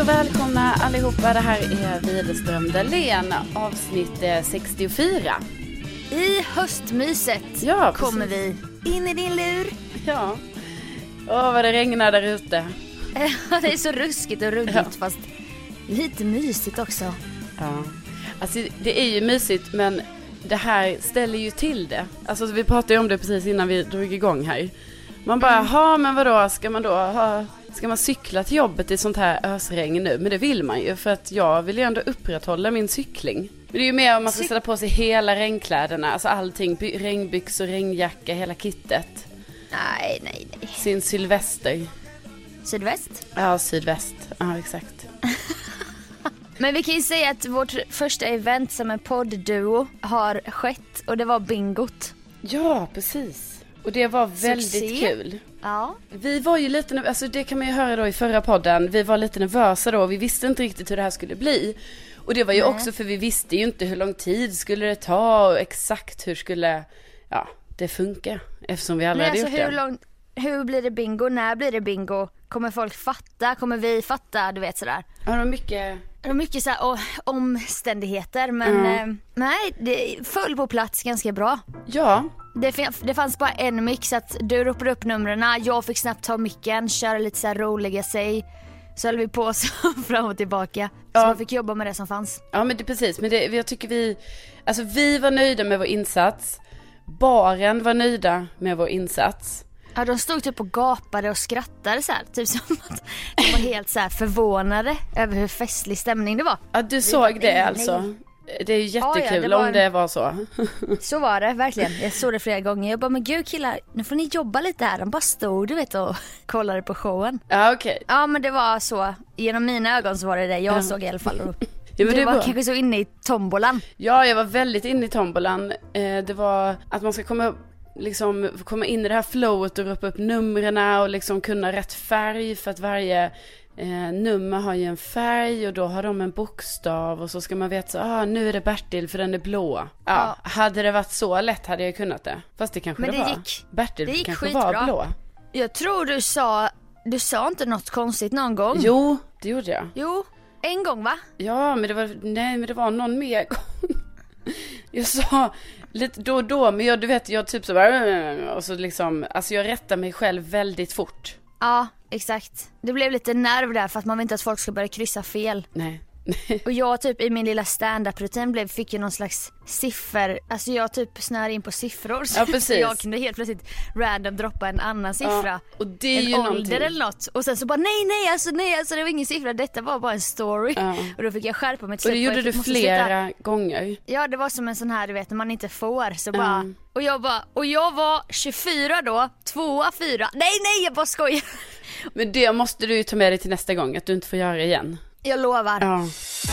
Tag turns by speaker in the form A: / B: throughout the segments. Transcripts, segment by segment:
A: och välkomna allihopa. Det här är Widerström Dahlén, avsnitt 64.
B: I höstmyset kommer vi in i din lur.
A: Ja. Vad det regnar där ute.
B: Det är så ruskigt och ruggigt, fast lite mysigt också.
A: Ja. Alltså det är ju mysigt, men det här ställer ju till det. Alltså vi pratade ju om det precis innan vi drog igång här. Man bara, men vadå, ska man cykla till jobbet i sånt här ösregn nu? Men det vill man ju, för att jag vill ju ändå upprätthålla min cykling. Men det är ju mer om man ska ställa på sig hela regnkläderna, alltså allting, regnbyxor, regnjacka, hela kittet.
B: Nej.
A: Sin sylvester.
B: Sydväst?
A: Ja, sydväst. Ja, exakt.
B: Men vi kan ju säga att vårt första event som en poddduo har skett, och det var bingot.
A: Ja, precis. Och det var väldigt kul.
B: Ja.
A: Vi var ju lite, alltså det kan man ju höra då i förra podden, vi var lite nervösa då, vi visste inte riktigt hur det här skulle bli. Och det var ju också för vi visste ju inte hur lång tid skulle det ta och exakt hur skulle det funka, eftersom vi aldrig hade gjort det.
B: Hur blir det bingo? När blir det bingo? Kommer folk fatta? Kommer vi fatta? Du vet sådär.
A: Ja,
B: det var mycket så här, omständigheter, men nej, det föll på plats ganska bra.
A: Ja.
B: Det fanns bara en mix, att du ropade upp numren, jag fick snabbt ta micken, köra lite så här roliga sig. Så höll vi på så fram och tillbaka. Så man fick jobba med det som fanns.
A: Ja, men det precis, men jag tycker vi var nöjda med vår insats. Baren var nöjda med vår insats.
B: Ja, de stod typ och gapade och skrattade så här, typ som att de var helt så här förvånade över hur festlig stämning det var.
A: Ja, du såg det alltså. Det är ju jättekul om det var så.
B: Så var det, verkligen. Jag såg det flera gånger. Jag bara, men gud killar, nu får ni jobba lite här. De bara stod, du vet, och kollade på showen.
A: Ja, okej.
B: Ja, men det var så. Genom mina ögon så var det jag såg i alla fall.
A: Ja, men
B: det var kanske så inne i tombolan.
A: Ja, jag var väldigt inne i tombolan. Det var att man ska komma in i det här flowet och ropa upp numren och liksom kunna rätt färg, för att varje nummer har ju en färg och då har de en bokstav, och så ska man veta så, nu är det Bertil för den är blå. Ja. Hade det varit så lätt hade jag kunnat det. Fast det kanske det var. Bertil, det gick kanske skitbra. Var blå.
B: Jag tror du sa inte något konstigt någon gång.
A: Jo, det gjorde jag.
B: Jo, en gång va?
A: Ja, men det var någon mer gång. Jag sa lite då och då, men jag typ så bara, och så liksom, alltså jag rättar mig själv väldigt fort.
B: Ja, exakt. Det blev lite nerv där, för att man vill inte att folk ska börja kryssa fel.
A: Nej.
B: Och jag typ i min lilla stand-up-rutin fick ju någon slags siffror. Alltså jag typ snör in på siffror.
A: Ja, precis.
B: Så jag kunde helt plötsligt random droppa en annan siffra.
A: Ja, och det är ju
B: en
A: någonting.
B: ålder eller något. Och sen så bara nej, det var ingen siffra. Detta var bara en story.
A: Ja.
B: Och då fick jag skärpa mig.
A: Och det gjorde du flera gånger.
B: Ja, det var som en sån här, du vet, när man inte får. Så bara, och jag var 24 då, 2, 4. Nej, jag bara skojar.
A: Men det måste du ju ta med dig till nästa gång, att du inte får göra det igen.
B: Jag lovar.
A: Ja.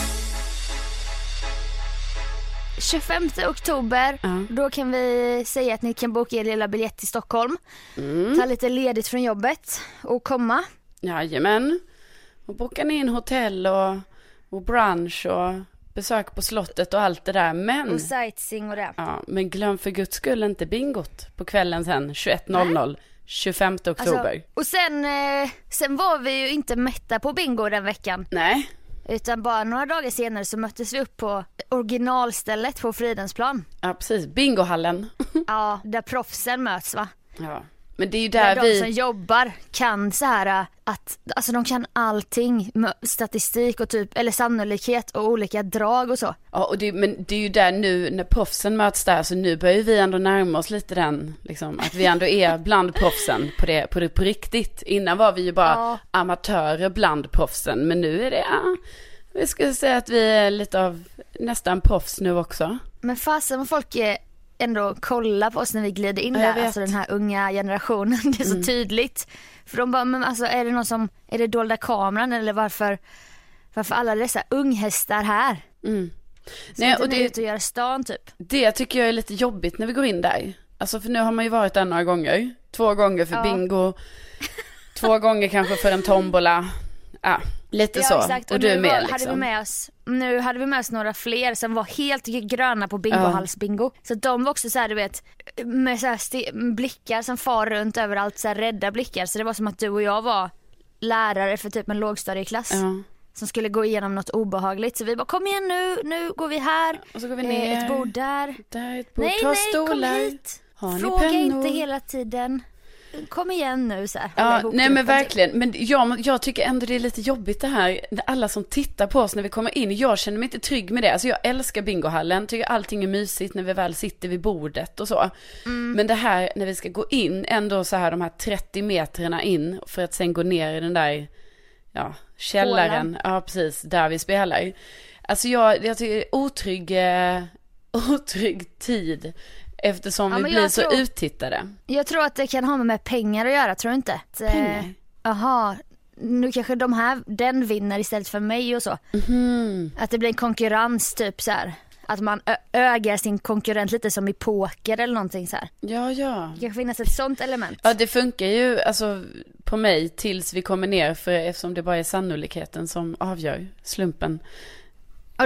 B: 25 oktober, då kan vi säga att ni kan boka er lilla biljett till Stockholm. Ta lite ledigt från jobbet och komma.
A: Jajamän. Och boka in hotell och brunch och besök på slottet och allt det där. Men,
B: och sightseeing och det.
A: Ja, men glöm för guds skull inte bingot på kvällen sen, 21.00. 25 oktober.
B: Alltså, och sen var vi ju inte mätta på bingo den veckan.
A: Nej.
B: Utan bara några dagar senare så möttes vi upp på originalstället på Fridhemsplan.
A: Ja, precis. Bingohallen.
B: Ja, där proffsen möts, va?
A: Ja. Men det är ju där
B: de som jobbar kan så här att, alltså de kan allting, statistik och typ, eller sannolikhet och olika drag och så.
A: Ja, men det är ju där nu när proffsen möts där, så nu börjar vi ändå närma oss lite den, liksom, att vi ändå är bland proffsen på riktigt. Innan var vi ju bara amatörer bland proffsen, men nu är det, vi skulle säga att vi är lite av nästan proffs nu också.
B: Men fasen vad folk ändå kolla på oss när vi glider in där, alltså den här unga generationen. Det är så tydligt. För de bara, men alltså är det dolda kameran eller varför alla dessa unghästar här? Så nej, och det ut och göra stan typ.
A: Det tycker jag är lite jobbigt när vi går in där. Alltså för nu har man ju varit där några gånger. 2 gånger för bingo. 2 gånger kanske för en tombola. Lite så.
B: Exakt. Och du är med liksom. Nu hade vi med oss några fler som var helt gröna på bingohalsbingo. Så de var också så här, du vet, med så här blickar som far runt överallt, så här rädda blickar. Så det var som att du och jag var lärare för typ en lågstadieklass. som skulle gå igenom något obehagligt. Så vi bara, kom igen nu går vi här.
A: Och så går vi ner.
B: Ett bord där.
A: Där är ett bord.
B: Nej,
A: stolar.
B: Kom hit.
A: Har ni
B: Fråga
A: pennor?
B: inte hela tiden. Kom igen nu så här.
A: Ja, nej men verkligen. Men jag tycker ändå det är lite jobbigt det här. Alla som tittar på oss när vi kommer in. Jag känner mig inte trygg med det. Alltså jag älskar bingohallen. Tycker allting är mysigt när vi väl sitter vid bordet och så. Men det här när vi ska gå in. Ändå så här de här 30 metrarna in. För att sen gå ner i den där källaren.
B: Hålen.
A: Ja, precis. Där vi spelar. Alltså jag tycker det är otrygg tid. Eftersom vi blir så uttittade.
B: Jag tror att det kan ha med pengar att göra, tror du inte?
A: Pengar?
B: Jaha, nu kanske den vinner istället för mig och så. Att det blir en konkurrens typ så här. Att man ögar sin konkurrent lite som i poker eller någonting så här.
A: Ja.
B: Det kan finnas ett sånt element.
A: Ja, det funkar ju alltså på mig tills vi kommer ner. För eftersom det bara är sannolikheten som avgör slumpen.
B: Och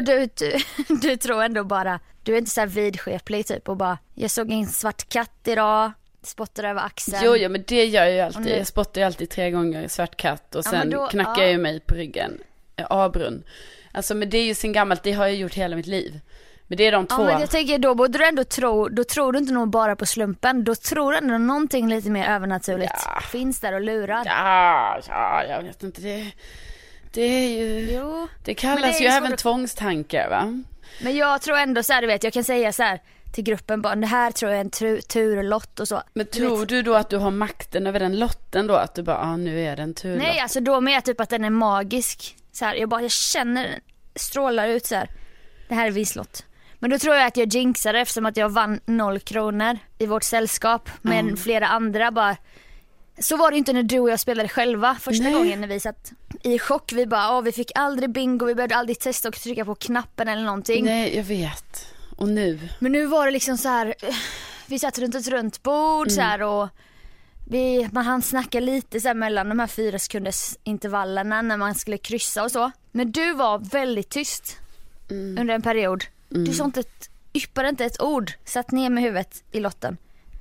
B: du tror ändå bara, du är inte så här vidskeplig typ och bara, jag såg en svart katt idag, spottar över axeln.
A: Jo, men det gör jag ju alltid. Jag spottar ju alltid 3 gånger svart katt och sen knackar jag mig på ryggen. A-brunn. Alltså, men det är ju sin gammalt, det har jag gjort hela mitt liv. Men det är de 2.
B: Ja, men jag tänker då borde du ändå då tror du inte nog bara på slumpen. Då tror du ändå någonting lite mer övernaturligt finns där och lurar.
A: Ja, jag vet inte det är ju...
B: Jo,
A: det kallas ju även tvångstankar, va?
B: Men jag tror ändå så här, du vet, jag kan säga så här till gruppen bara, det här tror jag är en turlott och så.
A: Men tror du då att du har makten över den lotten då? Att du bara, nu är det en turlott?
B: Nej, alltså då med typ att den är magisk. Så här, jag känner den strålar ut så här. Det här är vislott. Men då tror jag att jag jinxade eftersom att jag vann 0 kronor i vårt sällskap. Men flera andra bara... Så var det inte när du och jag spelade själva första gången när vi satt i chock. Vi bara, vi fick aldrig bingo, vi behövde aldrig testa och trycka på knappen eller någonting.
A: Nej, jag vet. Och nu?
B: Men nu var det liksom så här, vi satt runt ett runt bord så här och man hann snacka lite så här mellan de här 4 sekunders intervallerna när man skulle kryssa och så. Men du var väldigt tyst under en period. Du sa yppade inte ett ord, satt ner med huvudet i lotten.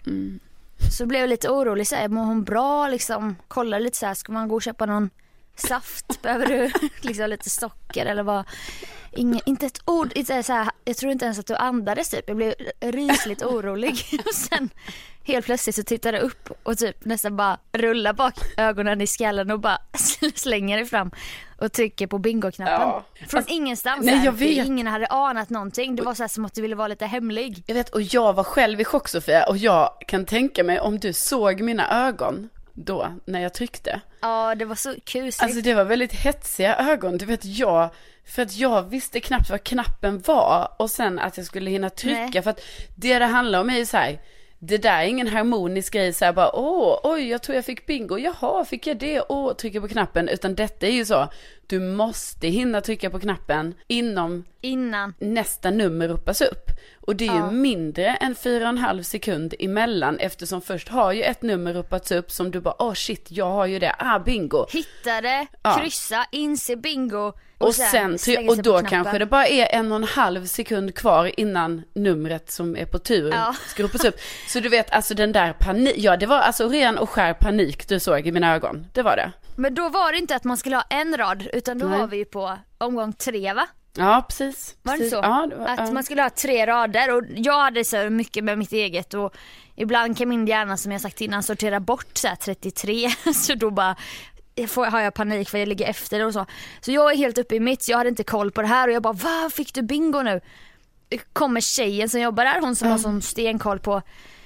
B: Så blev jag lite orolig så här, mår hon bra liksom, kolla lite så här, ska man gå och köpa någon saft, behöver du liksom lite socker eller vad? Inte ett ord, inte så här, jag tror inte ens att du andades typ. Jag blev rysligt orolig och sen helt plötsligt så tittade jag upp och typ nästan bara rullar bak ögonen i skallen och bara slänger det fram och trycker på bingo-knappen. Från ingenstans.
A: Nej, jag vet.
B: Ingen hade anat någonting. Det var så här som att du ville vara lite hemlig.
A: Jag vet, och jag var själv i chock, Sofia, och jag kan tänka mig om du såg mina ögon då när jag tryckte.
B: Ja, det var så kusligt.
A: Alltså det var väldigt hetsiga ögon. Du vet, för att jag visste knappt vad knappen var och sen att jag skulle hinna trycka. Nej. För att det handlar om är ju så här, det där är ingen harmonisk grej så här bara, oj, jag tror jag fick bingo. Jaha, fick jag det? Trycka på knappen. Utan detta är ju så, du måste hinna trycka på knappen innan nästa nummer ropas upp. Och det är ju mindre än 4,5 sekund emellan, eftersom först har ju ett nummer ropats upp som du bara, shit, jag har ju det, bingo.
B: Hittade, kryssa, inse bingo.
A: Och sen och då kanske det bara är 1,5 sekund kvar innan numret som är på tur ska ropas upp. Så du vet, alltså den där panik, det var alltså ren och skär panik du såg i mina ögon, det var det.
B: Men då var det inte att man skulle ha en rad, utan då var vi ju på omgång 3, va?
A: Ja, precis.
B: Var det så?
A: Ja,
B: att man skulle ha 3 rader och jag hade så mycket med mitt eget och ibland kan min hjärna, som jag sagt innan, sortera bort så här 33 så då bara har jag panik för jag ligger efter och så. Så jag är helt uppe i mitt, jag hade inte koll på det här och jag bara, vad fick du bingo nu? Kommer tjejen som jobbar där, hon som har sån stenkoll på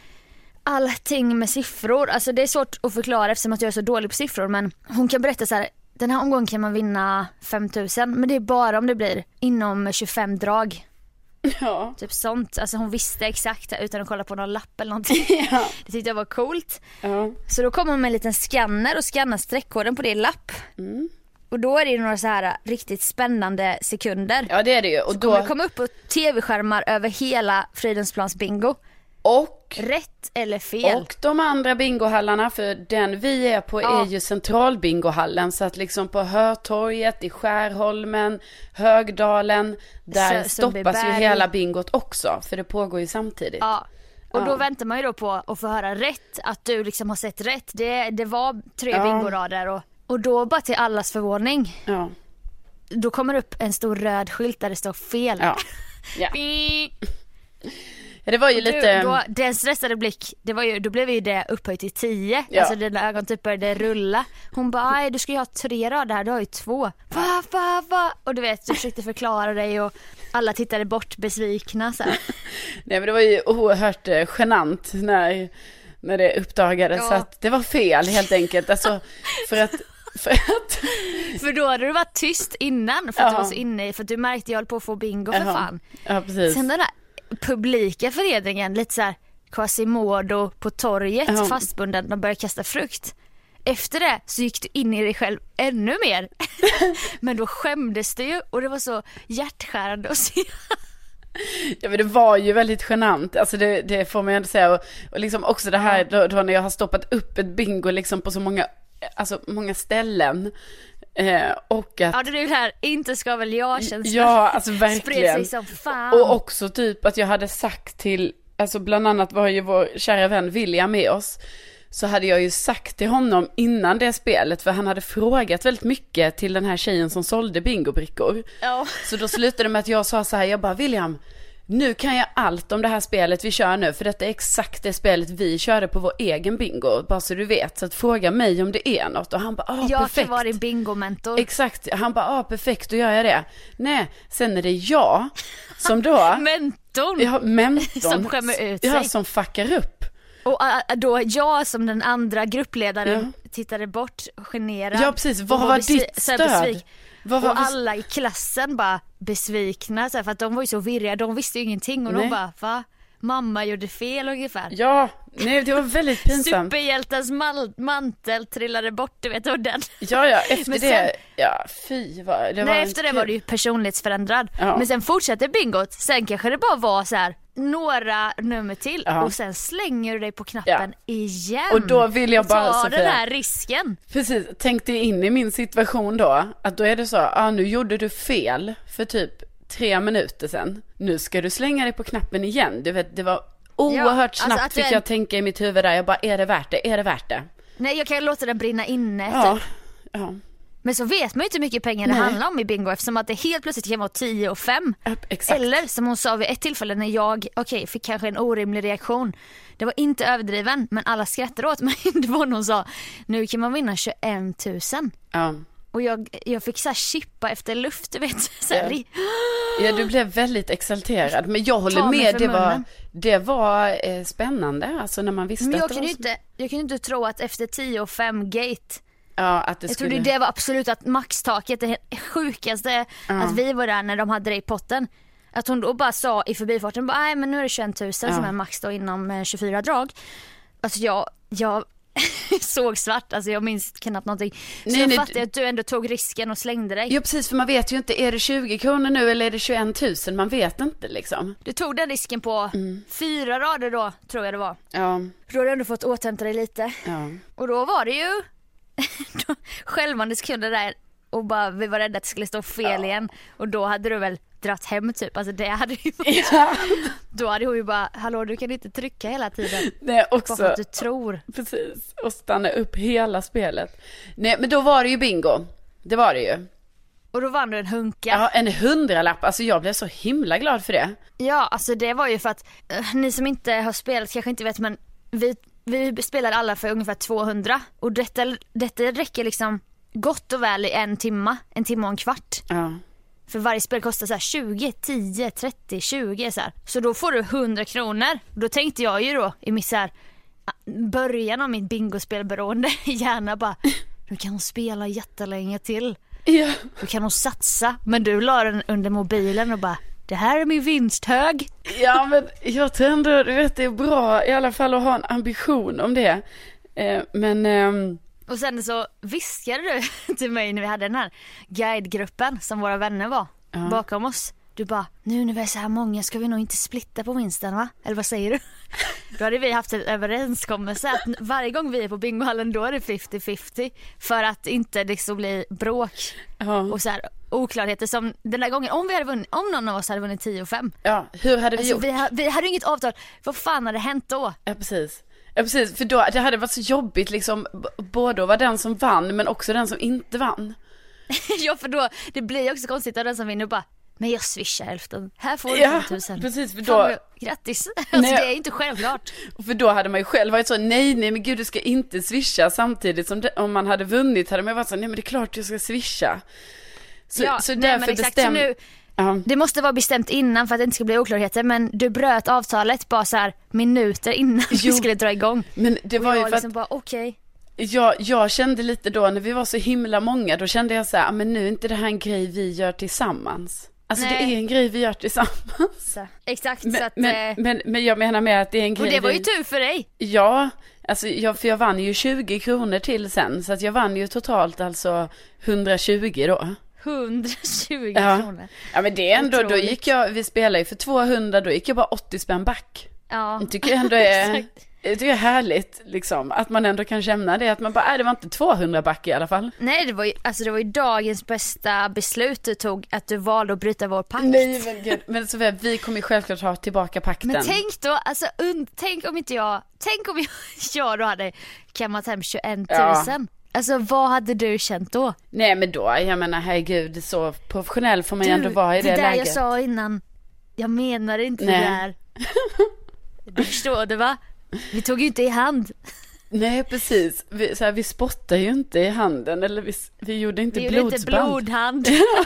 B: allting med siffror. Alltså det är svårt att förklara eftersom att jag är så dålig på siffror, men hon kan berätta så här: den här omgången kan man vinna 5 000, men det är bara om det blir inom 25 drag. Ja. Typ sånt. Alltså hon visste exakt utan att kolla på någon lapp eller någonting. Det tyckte jag var coolt. Så då kommer hon med en liten scanner och scannar streckkoden på det lapp. Och då är det några så här riktigt spännande sekunder. Ja, det är det ju. Och så då kommer upp på tv-skärmar över hela Fridhemsplans bingo. Och rätt eller fel. Och de andra bingohallarna, för den vi är på är ju centralbingohallen. Så att liksom på Hörtorget, i Skärholmen, Högdalen, där stoppas ju hela bingot också. För det pågår ju samtidigt. Ja. Och då väntar man ju då på att få höra rätt. Att du liksom har sett rätt. Det var 3 bingorader och då bara till allas förvåning. då kommer upp en stor röd skylt där det står fel.
A: Ja. Ja, det var ju lite...
B: Då, den stressade blick, då blev ju det upphöjt till 10.
A: Ja.
B: Alltså den ögon typ började rulla. Hon bara, aj, du ska ju ha 3 rader här, du har ju 2. Va? Och du vet, du försökte förklara dig och alla tittade bort besvikna så här.
A: Nej, men det var ju oerhört genant när det uppdagades så att det var fel helt enkelt. Alltså,
B: för då hade du varit tyst innan för att du var så inne i, för att du märkte jag höll på att få bingo för fan.
A: Ja, precis.
B: Sen den där publika förnedringen, lite så här Quasimodo på torget, fastbunden, de började kasta frukt. Efter det så gick du in i dig själv ännu mer. Men då skämdes det ju och det var så hjärtskärande att se.
A: Ja, men det var ju väldigt genant. Alltså det får man ju ändå säga. Och liksom också det här då när jag har stoppat upp ett bingo liksom på så många ställen. Och att...
B: Ja, det är det här, inte ska väl jag känsla.
A: Ja, alltså verkligen.
B: Spred sig som fan.
A: Och också typ att jag hade sagt till, alltså bland annat var ju vår kära vän William med oss. Så hade jag ju sagt till honom innan det spelet, för han hade frågat väldigt mycket till den här tjejen som sålde bingobrickor.
B: Ja.
A: Så då slutade det med att jag sa så här, jag bara, William, nu kan jag allt om det här spelet vi kör nu, för detta är exakt det spelet vi körde på vår egen bingo, bara så du vet, så att fråga mig om det är något. Och han bara,
B: jag
A: perfekt.
B: Jag kan vara din bingomentor.
A: Exakt, han bara, perfekt, då gör jag det. Nej, sen är det jag som då
B: mentorn.
A: Ja, mentorn
B: som skämmer ut sig.
A: Ja, som fuckar upp.
B: Och då jag som den andra gruppledaren tittade bort, generad.
A: Ja, precis, vad var ditt stöd?
B: Och alla i klassen bara besvikna så här, för att de var ju så virriga, de visste ju ingenting. Och de bara, va? Mamma gjorde fel ungefär.
A: Ja, nej, det var väldigt pinsamt.
B: Superhjältens mantel trillade bort, du vet, och den.
A: Ja, efter
B: men
A: det,
B: sen,
A: fy vad det var.
B: Nej, efter det var det ju personlighetsförändrad.
A: Ja.
B: Men sen fortsatte bingot. Sen kanske det bara var så här några nummer till och sen slänger du dig på knappen igen.
A: Och då vill jag bara
B: ta den här risken.
A: Precis, tänk dig in i min situation då, att då är det så, nu gjorde du fel för typ 3 minuter sen. Nu ska du slänga dig på knappen igen. Du vet, det var oerhört snabbt alltså fick jag tänka i mitt huvud där. Jag bara, är det värt det? Nej,
B: jag kan låta den brinna inne.
A: Ja.
B: Men så vet man ju inte hur mycket pengar det handlar om i bingo, eftersom att det helt plötsligt kan vara 10 och 5.
A: Exakt.
B: Eller som hon sa vid ett tillfälle när jag fick kanske en orimlig reaktion. Det var inte överdriven, men alla skrattade åt mig. Det var någon sa, nu kan man vinna 21 000.
A: Ja.
B: Och jag fick så här chippa efter luft, du vet. Så här.
A: Ja, du blev väldigt exalterad. Men jag håller med, det var spännande. Alltså när man visste
B: men
A: att
B: jag kan inte tro att efter 10 och 5 gate...
A: Ja, att
B: jag trodde det var absolut att maxtaket, det sjukaste att vi var där när de hade det i potten. Att hon då bara sa i förbifarten, nej men nu är det 21 000 som är max då inom 24 drag. Alltså jag såg svart, alltså jag minns knappt någonting. Så jag fattade att du ändå tog risken och slängde dig.
A: Ja, precis, för man vet ju inte, är det 20 kronor nu eller är det 21 000? Man vet inte liksom.
B: Du tog den risken på 4 rader då, tror jag det var.
A: Ja.
B: Då hade du ändå fått återhämta dig lite.
A: Ja.
B: Och då var det ju självmande sekunder där och bara vi var rädda att det skulle stå fel igen. Och då hade du väl dratt hem typ. Alltså det hade ju då hade hon ju bara, hallå, du kan inte trycka hela tiden.
A: Nej, också.
B: Bara för att du tror.
A: Precis, och stanna upp hela spelet. Nej, men då var det ju bingo. Det var det ju.
B: Och då vann du en hunka.
A: Ja, en 100-lapp. Alltså jag blev så himla glad för det.
B: Ja, alltså det var ju för att ni som inte har spelat kanske inte vet, men vi spelade alla för ungefär 200. Och detta räcker liksom gott och väl i en timme och en kvart.
A: Ja.
B: För varje spel kostar så här 20, 10, 30, 20 så här. Så då får du 100 kronor. Då tänkte jag ju då i mitt så här, början av mitt bingospelberoende gärna bara, nu kan hon spela jättelänge till.
A: Ja.
B: Du kan hon satsa. Men du la den under mobilen och bara, det här är min vinsthög.
A: Ja, men jag tror ändå, du vet, det är bra i alla fall att ha en ambition om det.
B: Och sen så viskade du till mig när vi hade den här guidegruppen som våra vänner var bakom oss. Du bara, nu när vi är så här många ska vi nog inte splitta på vinsten, va? Eller vad säger du? Då hade vi haft en överenskommelse att varje gång vi är på bingohallen då är det 50-50. För att inte liksom bli bråk och så här oklarheter som den där gången. Om någon av oss hade vunnit 10-5.
A: Ja, hur hade vi gjort?
B: Vi hade inget avtal. Vad fan hade hänt då?
A: Ja, precis. Ja, precis, för då det hade varit så jobbigt liksom, både att vara den som vann men också den som inte vann.
B: Ja, för då, det blir också konstigt av den som vinner och bara, men jag swishar hälften. Här får du 5000.
A: Precis, för då...
B: Grattis. Alltså, det är inte självklart.
A: För då hade man ju själv varit så, nej men gud, du ska inte swisha. Samtidigt som om man hade vunnit hade man varit så, nej men det är klart du ska swisha. Så därför bestämde...
B: Det måste vara bestämt innan för att det inte ska bli oklarheter. Men du bröt avtalet bara så här minuter innan vi skulle dra igång.
A: Men det var ju för
B: liksom bara, okej.
A: Jag kände lite då, när vi var så himla många, då kände jag så här, men nu är inte det här en grej vi gör tillsammans. Alltså det är en grej vi gör tillsammans.
B: Så, exakt.
A: Men jag menar med att det är en grej.
B: Och det var ju tur för dig.
A: Ja, alltså för jag vann ju 20 kronor till sen. Så att jag vann ju totalt alltså 120 då.
B: 120 kronor.
A: Ja, men det är ändå, då gick vi spelade ju för 200, då gick jag bara 80 spänn back.
B: Ja.
A: Jag tycker ändå det är härligt liksom, att man ändå kan känna det, att man bara, det var inte 200 back i alla fall.
B: Nej, det var ju dagens bästa beslut du tog, att du valde att bryta vår pakt.
A: Nej men gud, men så vi kommer ju självklart ha tillbaka pakten.
B: Men tänk då, alltså tänk om jag då hade kammat hem 21 000. Ja. Alltså vad hade du känt då?
A: Nej men då, jag menar herregud, så professionell får man ju ändå vara i det läget.
B: Det där jag sa innan, jag menar inte det där. Du förstår det, va? Vi tog ju inte i hand.
A: Nej precis, vi spottar ju inte i handen. Eller vi gjorde inte blodsband.
B: Inte blodhand.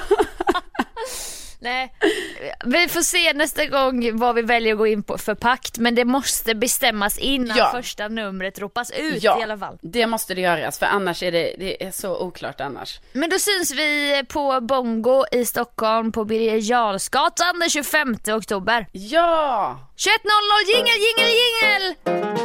B: Nej, vi får se nästa gång vad vi väljer att gå in på för pakt. Men det måste bestämmas innan första numret ropas ut i alla fall.
A: Det måste det göras, för annars är det är så oklart annars.
B: Men då syns vi på Bongo i Stockholm på Birger Jarlsgatan den 25 oktober.
A: Ja!
B: 21.00, jingel!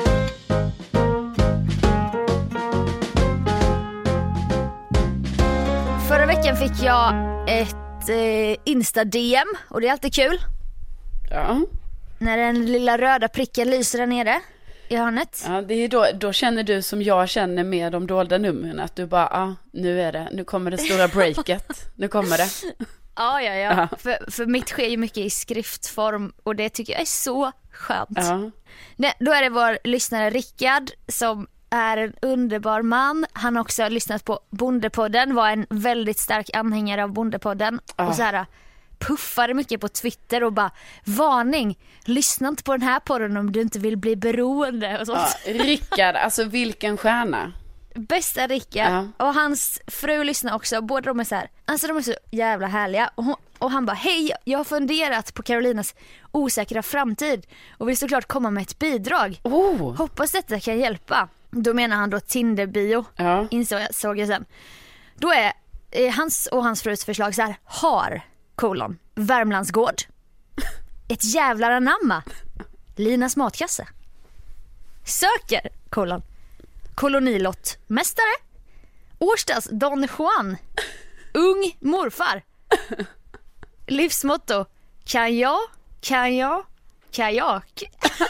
B: Förra veckan fick jag ett Insta-DM och det är alltid kul.
A: Ja. När
B: den lilla röda pricken lyser där nere i hörnet.
A: Ja, det är då känner du som jag känner med de dolda numren, att du bara, nu kommer det stora breaket. Nu kommer det.
B: Ja. För mitt sker ju mycket i skriftform och det tycker jag är så skönt.
A: Ja.
B: Då är det vår lyssnare Rickard som är en underbar man. Han har också lyssnat på Bondepodden, var en väldigt stark anhängare av Bondepodden och så här puffade mycket på Twitter och bara, varning, lyssna inte på den här podden om du inte vill bli beroende och sånt.
A: Rickard, alltså vilken stjärna.
B: Bästa Rickard. Och hans fru lyssnar också. Båda de är så här, alltså de är så jävla härliga. Och han bara, hej, jag har funderat på Carolinas osäkra framtid och vill såklart komma med ett bidrag. Hoppas detta kan hjälpa. Då menar han då Tinder-bio. Insåg jag sen. Då är hans och hans frus förslag så här: Värmlandsgård. Ett jävlar anamma. Linas matkasse. Söker, kolonilottmästare. Årstads Don Juan. Ung morfar. Livsmotto: kajak.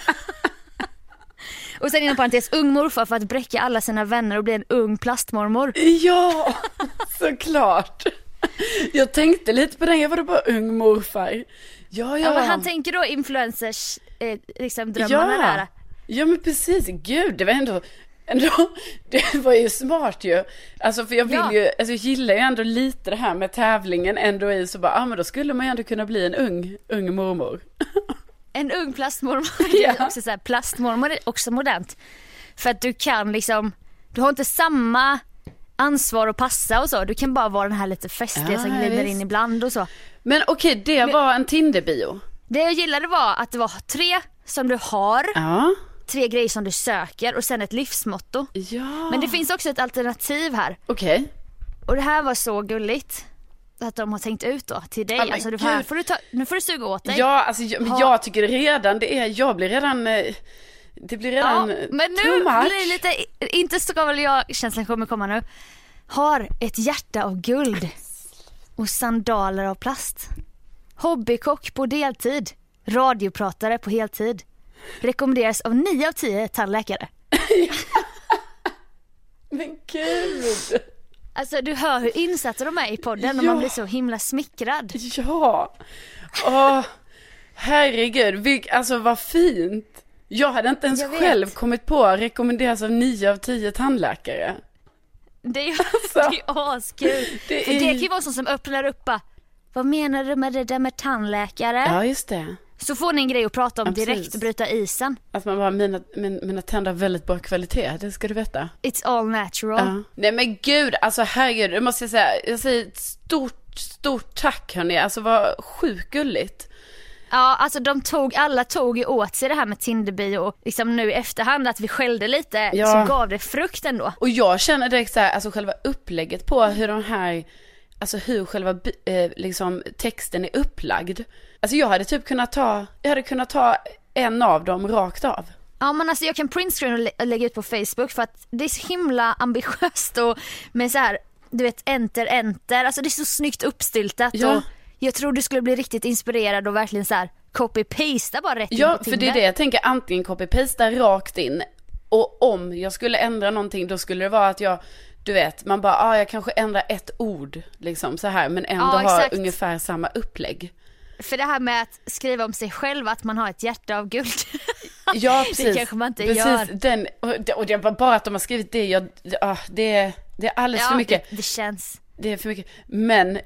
B: Och sen inom parentes, ung morfar för att bräcka alla sina vänner och bli en ung plastmormor.
A: Ja, såklart. Jag tänkte lite på den, jag var bara ung morfar. Ja.
B: Men han tänker då influencers liksom drömmarna där.
A: Ja men precis, gud, det var ändå det var ju smart ju. Alltså för jag vill ju, alltså jag gillar ju ändå lite det här med tävlingen ändå i, så bara, men då skulle man ju ändå kunna bli en ung mormor.
B: En ung plastmormor. Ja. Också så här, plastmormor är också modernt. För att du kan liksom, du har inte samma ansvar att passa och så. Du kan bara vara den här lite festliga som glider in ibland och så.
A: Men okej, det var en Tinder-bio.
B: Det jag gillade var att det var 3 som du har. 3 grejer som du söker och sen ett livsmotto.
A: Ja.
B: Men det finns också ett alternativ här.
A: Okej.
B: Och det här var så gulligt att de har tänkt ut då till dig. Alltså nu får du suga åt dig.
A: Ja, alltså jag tycker redan det blir redan
B: men nu blir det lite, inte ska väl jag, känslan kommer komma nu. Har ett hjärta av guld och sandaler av plast. Hobbykock på deltid. Radiopratare på heltid. Rekommenderas av 9 av 10 tandläkare.
A: Men gud.
B: Alltså du hör hur insatta de är i podden och man blir så himla smickrad.
A: Ja. Herregud, alltså vad fint. Jag hade inte ens själv kommit på att rekommenderas av 9 av 10 tandläkare.
B: Det är ju askul. Det kan ju vara sånt som öppnar upp. Vad menar du med det där med tandläkare?
A: Ja, just det.
B: Så får ni en grej att prata om direkt och bryta isen.
A: Att man bara, mina tänder har väldigt bra kvalitet, det ska du veta.
B: It's all natural.
A: Ja. Nej men gud, alltså herregud, det måste jag säga. Jag säger ett stort tack hörni. Alltså vad sjukt gulligt.
B: Ja, alltså alla tog ju åt sig det här med Tinderbio och liksom nu i efterhand att vi skällde lite så gav det frukt ändå.
A: Och jag känner direkt så här, alltså själva upplägget på hur de här, alltså hur själva liksom texten är upplagd. Alltså jag hade typ kunnat ta en av dem rakt av.
B: Ja, men alltså jag kan printscreen och lägga ut på Facebook för att det är så himla ambitiöst och med så här, du vet, enter. Alltså det är så snyggt uppstiltat och jag tror du skulle bli riktigt inspirerad och verkligen så här copy-pasta bara rätt in på Tinder.
A: Ja, för det är det jag tänker, antingen copy-pasta rakt in, och om jag skulle ändra någonting då skulle det vara att du vet, man bara, jag kanske ändrar ett ord liksom så här, men ändå har ungefär samma upplägg.
B: För det här med att skriva om sig själv att man har ett hjärta av guld.
A: Ja, precis.
B: Det kanske man inte gör.
A: Och det bara att de har skrivit det är alldeles för mycket.
B: Det känns.
A: Det är för mycket. Men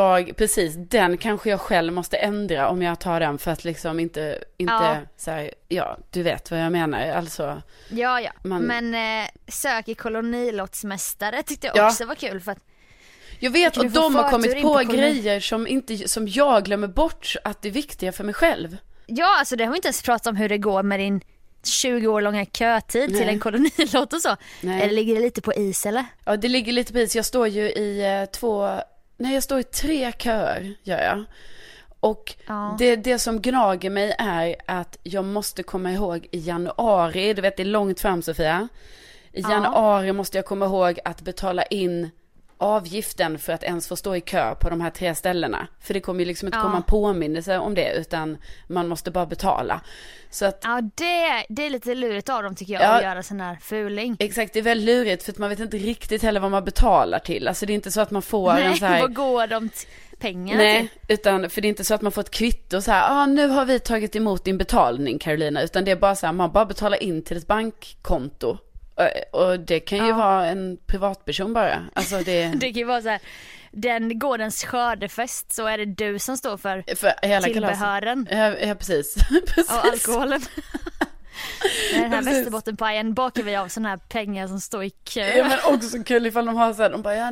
A: den kanske jag själv måste ändra om jag tar den för att liksom inte så här, du vet vad jag menar. Alltså, men sök i kolonilottsmästare tyckte jag också var kul för att jag vet, och de har kommit på grejer som jag glömmer bort att det är viktiga för mig själv.
B: Ja, alltså det har vi inte ens pratat om hur det går med din 20 år långa kötid till en kolonilott och så. Nej. Eller ligger det lite på is eller? Ja, det ligger lite på is. Jag står ju i jag står i 3 köer, gör jag. Och det som gnager mig är att jag måste komma ihåg i januari, du vet det är långt fram Sofia. I januari måste jag komma ihåg att betala in avgiften för att ens få stå i kö på de här 3 ställena. För det kommer ju liksom inte komma en påminnelse om det, utan man måste bara betala. Så att, det är lite lurigt av dem tycker jag att göra sån här fuling.
A: Exakt, det är väldigt lurigt för att man vet inte riktigt heller vad man betalar till. Alltså det är inte så att man får en så här...
B: vad går de pengarna
A: till? Utan för det är inte så att man får ett kvitto så här, nu har vi tagit emot din betalning Carolina, utan det är bara så här, man bara betalar in till ett bankkonto. Och det kan ju vara en privatperson bara. Alltså det kan ju
B: vara så här, den gårdens skördefest, så är det du som står för
A: hela
B: tillbehören.
A: Ja, precis.
B: Och alkoholen. Den här Västerbottenpajen bakar vi av såna här pengar som står i kö.
A: Ja, men också kul ifall de har så här, de bara,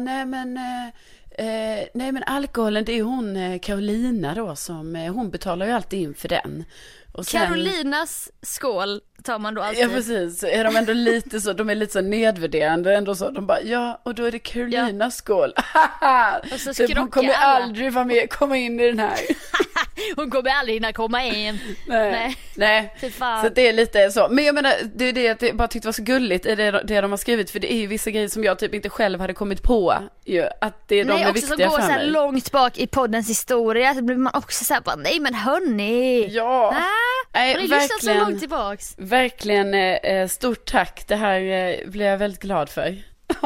A: nej men alkoholen, det är hon Carolina då som, hon betalar ju alltid in för den. Och sen,
B: Carolinas skål tar man då alltid.
A: Ja precis, så är de ändå lite så, de är lite så nedvärderande ändå så, de bara, och då är det Carolinas skål.
B: Och så
A: hon kommer aldrig vara med, komma in i den här.
B: Hon kommer aldrig hinna komma in.
A: Nej. Så det är lite så. Men jag menar, det är det jag bara tyckte var så gulligt i det de har skrivit, för det är ju vissa grejer som jag typ inte själv hade kommit på ju, att det är de är viktiga för mig. Nej, också så går så långt
B: bak i poddens historia så blir man också så här bara, nej men hörni.
A: Ja.
B: Nej, verkligen, så långt tillbaks.
A: Verkligen stort tack. Det här blir jag väldigt glad för.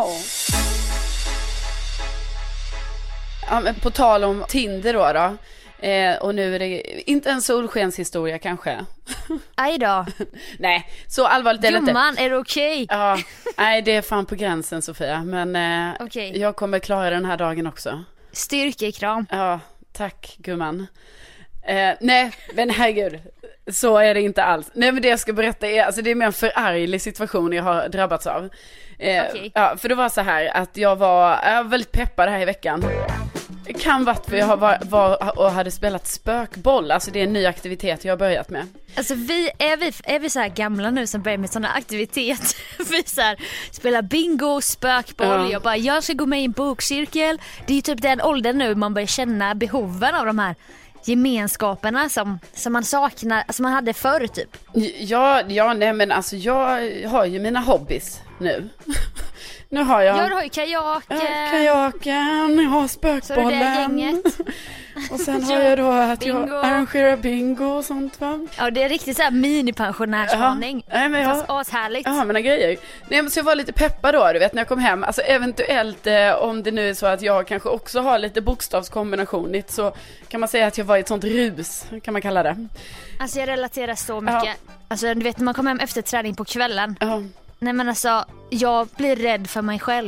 A: Ja, men på tal om Tinder då. Och nu är det inte en solskenshistoria kanske.
B: Aj då.
A: Nej, så allvarligt är det inte.
B: Gumman, är det okej?
A: Ja, nej det är fan på gränsen Sofia. Men jag kommer klara den här dagen också.
B: Styrkekram.
A: Ja, tack gumman. Nej, men herregud. Så är det inte alls. Nej, men det jag ska berätta är, alltså det är mer en förarglig situation jag har drabbats av. Ja, för det var så här att jag var väldigt peppad här i veckan. Det kan vara för jag var och hade spelat spökboll. Alltså det är en ny aktivitet jag har börjat med.
B: Alltså är vi så här gamla nu som börjar med sådana aktiviteter? Vi så här, spelar bingo, spökboll. Jag ska gå med i en bokcirkel. Det är ju typ den åldern nu man börjar känna behoven av de här gemenskaperna som man saknar, som man hade förr typ. Ja, nej men alltså jag har ju mina hobbies nu. Nu har jag... Ja, du har ju kajaken.
A: Kajaken, jag har spökbollen. Så det gänget. Och sen har jag då att jag arrangerar bingo och sånt va.
B: Ja, det är riktigt så här mini-pensionärsvarning.
A: Ja, men
B: fast ashärligt.
A: Ja, mina grejer. Nej, men så jag var lite peppad då, du vet, när jag kom hem. Alltså eventuellt, om det nu är så att jag kanske också har lite bokstavskombination, så kan man säga att jag var i ett sånt rus, kan man kalla det.
B: Alltså jag relaterar så mycket. Ja. Alltså du vet, när man kommer hem efter träning på kvällen.
A: Ja.
B: Nej men alltså, jag blir rädd för mig själv.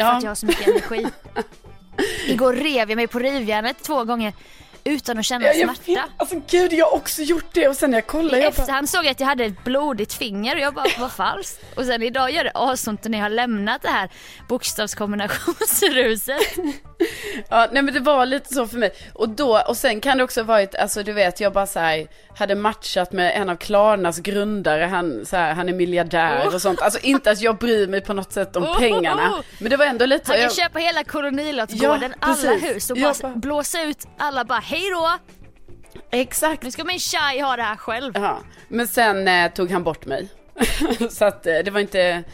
B: för att jag har så mycket energi. Igår rev jag mig på rivjärnet 2 gånger utan att känna smärta.
A: Alltså gud, jag har också gjort det. Och sen när jag kollade...
B: I efterhand såg jag att jag hade ett blodigt finger. Och jag bara, vad falskt. Och sen idag gör det asont när jag har lämnat det här bokstavskombinationsruset.
A: Ja, nej men det var lite så för mig. Och sen kan det också ha varit, alltså du vet, jag bara så här, hade matchat med en av Klarnas grundare. Han är miljardär och sånt. Alltså inte att jag bryr mig på något sätt om pengarna. Men det var ändå lite...
B: Han kan köpa hela kolonilottsgården, alla hus och bara blåsa ut alla, bara hej då.
A: Exakt.
B: Nu ska min tjej ha det här själv.
A: Ja, men sen tog han bort mig. Så att det var inte...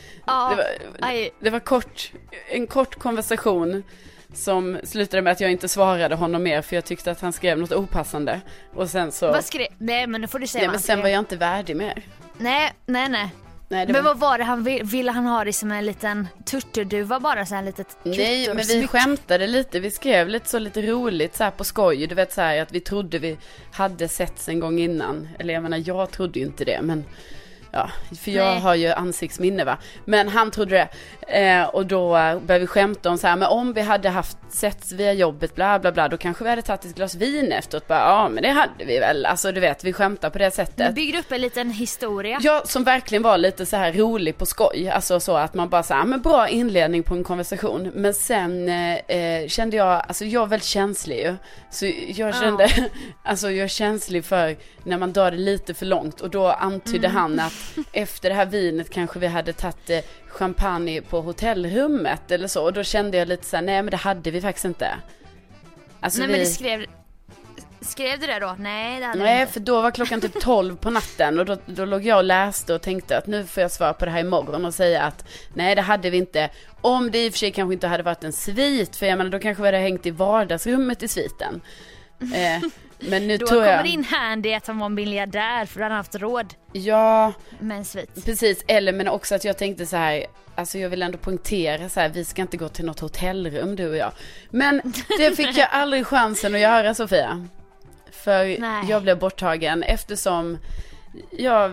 A: Det var en kort konversation som slutade med att jag inte svarade honom mer för jag tyckte att han skrev något opassande. Och sen så...
B: Vad skrev? Nej, men nu får du säga.
A: Nej, men sen var jag inte värdig mer.
B: Nej. Men vad var det han ville han ha det som en liten turturduva, bara så här litet
A: Nej, men vi skämtade lite. Vi skrev lite roligt så här på skoj. Du vet så här att vi trodde vi hade setts en gång innan. Eller jag menar, jag trodde ju inte det, men ja, för jag har ju ansiktsminne va. Men han trodde det. Och då började vi skämta om så här, men om vi hade haft setts via jobbet bla bla bla, då kanske vi hade tagit ett glas vin efteråt. Bara, ja, men det hade vi väl. Alltså du vet, vi skämtar på det sättet.
B: Vi byggde upp en liten historia.
A: Ja, som verkligen var lite så här rolig på skoj. Alltså så att man bara så här, men bra inledning på en konversation. Men sen kände jag, alltså jag är väldigt känslig ju. Så jag kände, alltså jag är känslig för när man drar det lite för långt. Och då antydde han att efter det här vinet kanske vi hade tagit champagne på hotellrummet eller så. Och då kände jag lite så här, nej men det hade vi faktiskt inte. Alltså
B: nej men det skrev du det då? Nej, det hade
A: nej,
B: inte.
A: För då var klockan typ 12 på natten. Och då låg jag och läste och tänkte att nu får jag svara på det här imorgon och säga att nej, det hade vi inte. Om det i och för sig kanske inte hade varit en svit. För jag menar, då kanske vi hade hängt i vardagsrummet i sviten. Men nu
B: då
A: tror jag...
B: kommer det in handy att han var en miljardär för han har haft råd.
A: Ja,
B: med en svit.
A: Precis, men också att jag tänkte så här, alltså jag vill ändå poängtera så här, vi ska inte gå till något hotellrum du och jag. Men det fick jag aldrig chansen att göra, Sofia. För jag blev borttagen eftersom jag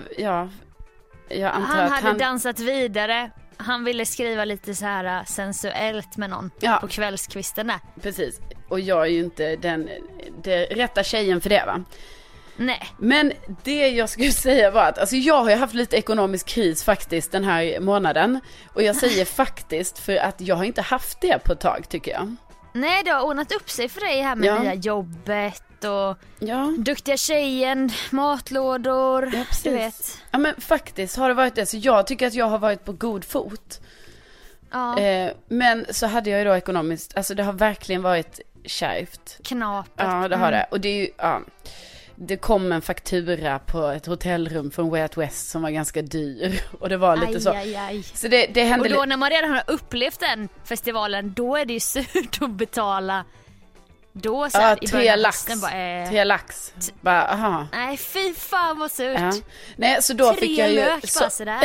A: antar att
B: han hade dansat vidare. Han ville skriva lite så här sensuellt med någon på kvällskvisten där.
A: Precis. Och jag är ju inte den rätta tjejen för det va?
B: Nej.
A: Men det jag skulle säga var att alltså jag har ju haft lite ekonomisk kris faktiskt den här månaden. Och jag säger faktiskt för att jag har inte haft det på ett tag tycker jag.
B: Nej, det har ordnat upp sig för dig här med nya jobbet och duktiga tjejen, matlådor, du vet.
A: Ja men faktiskt har det varit det. Så jag tycker att jag har varit på god fot. Ja. Men så hade jag ju då ekonomiskt, alltså det har verkligen varit kärvt.
B: Knapert.
A: Ja, det har det. Och det är ju, det kom en faktura på ett hotellrum från Way Out West som var ganska dyr. Och det var lite så. Så det hände.
B: Och då när man redan har upplevt den festivalen, då är det ju surt att betala. Då så här,
A: 3 lax. 3 lax. Bara, aha.
B: Nej, fy fan vad surt. Ja.
A: Nej, så då
B: 3
A: fick jag ju
B: lök bara sådär.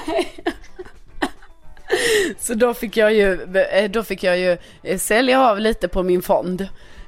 A: Så då fick jag ju sälja av lite på min fond.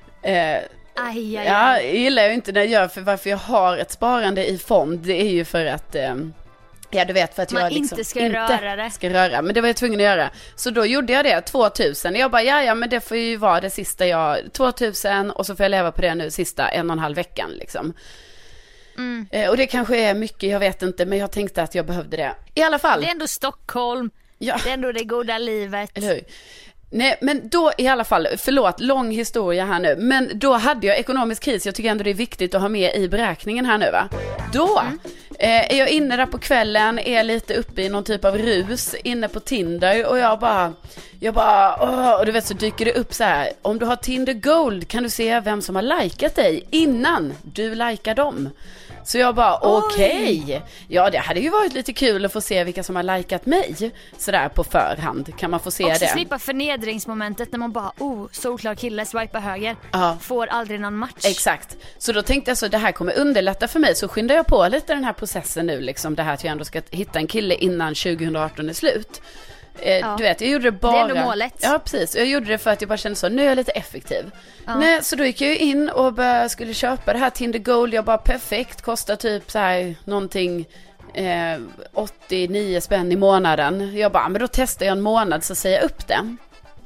A: Jag gillar ju inte när jag gör, för varför jag har ett sparande i fond, det är ju för att du vet, för att
B: man
A: jag liksom
B: inte
A: ska röra, men det var jag tvungen att göra. Så då gjorde jag det, 2000. Jag bara, men det får ju vara det sista 2000 och så får jag leva på det nu sista 1,5 veckan liksom. Och det kanske är mycket, jag vet inte, men jag tänkte att jag behövde det. I alla fall.
B: Det är ändå Stockholm. Ja. Det är ändå det goda livet.
A: Eller hur? Nej, men då i alla fall, förlåt, lång historia här nu. Men då hade jag ekonomisk kris. Jag tycker ändå det är viktigt att ha med i beräkningen här nu va. Då är jag inne där på kvällen, är lite uppe i någon typ av rus, inne på Tinder. Och jag bara och du vet så dyker det upp så här. Om du har Tinder Gold kan du se vem som har likat dig innan du likar dem. Så jag bara, okej. Ja, det hade ju varit lite kul att få se vilka som har likat mig. Sådär på förhand, kan man få se
B: också
A: det.
B: Slippa förnedringsmomentet när man bara, solklar kille, swipa höger. Får aldrig någon match.
A: Exakt. Så då tänkte jag så, det här kommer underlätta för mig. Så skyndar jag på lite den här processen nu. Liksom det här att jag ändå ska hitta en kille innan 2018 är slut. Du vet, jag gjorde det bara...
B: Det är ändå målet.
A: Ja, precis. Jag gjorde det för att jag bara kände så, nu är jag lite effektiv. Nej, så då gick jag in och skulle köpa det här Tinder Gold. Jag bara, perfekt, kostar typ så här någonting 89 spänn i månaden. Jag bara, men då testar jag en månad så säger jag upp den.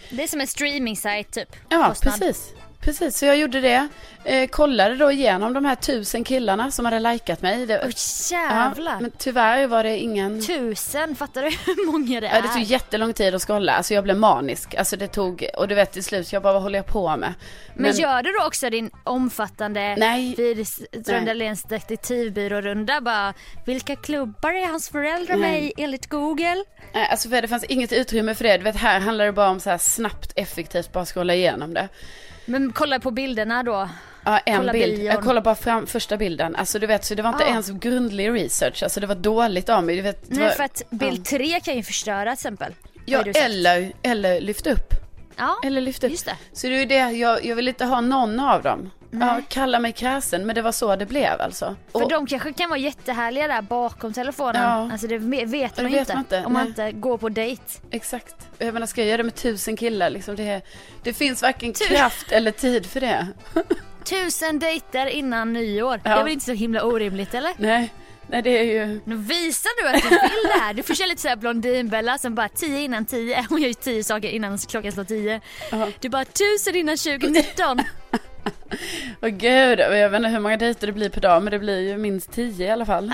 B: Det är som en streaming-sajt typ.
A: Ja, precis. Så jag gjorde det. Kollade då igenom de här 1000 killarna som hade likat mig.
B: Jävlar.
A: Ja, men tyvärr var det ingen...
B: 1000, fattar du hur många det är?
A: Ja, det tog jättelång tid att scrolla. Alltså jag blev manisk. Alltså det tog, och du vet till slut, jag bara, vad håller jag på med?
B: Men gör du då också din omfattande Röndaléns detektivbyrårunda? Bara, vilka klubbar är hans föräldrar med i enligt Google?
A: Nej, alltså för det fanns inget utrymme för det. Du vet, här handlar det bara om så här snabbt, effektivt, bara scrolla igenom det.
B: Men kolla på bilderna då.
A: Ja, en bild. Jag kollar bara fram första bilden. Alltså du vet, så det var inte ens grundlig research. Alltså det var dåligt av mig. Du vet,
B: nej, för att bild 3 kan ju förstöra till exempel.
A: Ja, eller lyft upp.
B: Ja,
A: eller lyft upp.
B: Just det.
A: Så det är ju det, jag vill inte ha någon av dem. Ja, kalla mig kräsen, men det var så det blev alltså.
B: För de kanske kan vara jättehärliga där bakom telefonen. Ja. Alltså det vet man inte om man inte går på dejt.
A: Exakt. Jag menar, ska jag göra det med 1000 killar liksom, det finns varken kraft eller tid för det.
B: 1000 dejter innan nyår. Ja. Det är väl inte så himla orimligt, eller?
A: Nej, det är ju...
B: Nu visar du att du vill det här. Du får köra lite så här Blondinbella som bara 10 innan 10. Hon gör ju 10 saker innan klockan slår 10. Du bara 1000 innan 2019.
A: Åh gud, jag vet inte hur många dejter det blir per dag, men det blir ju minst 10 i alla fall.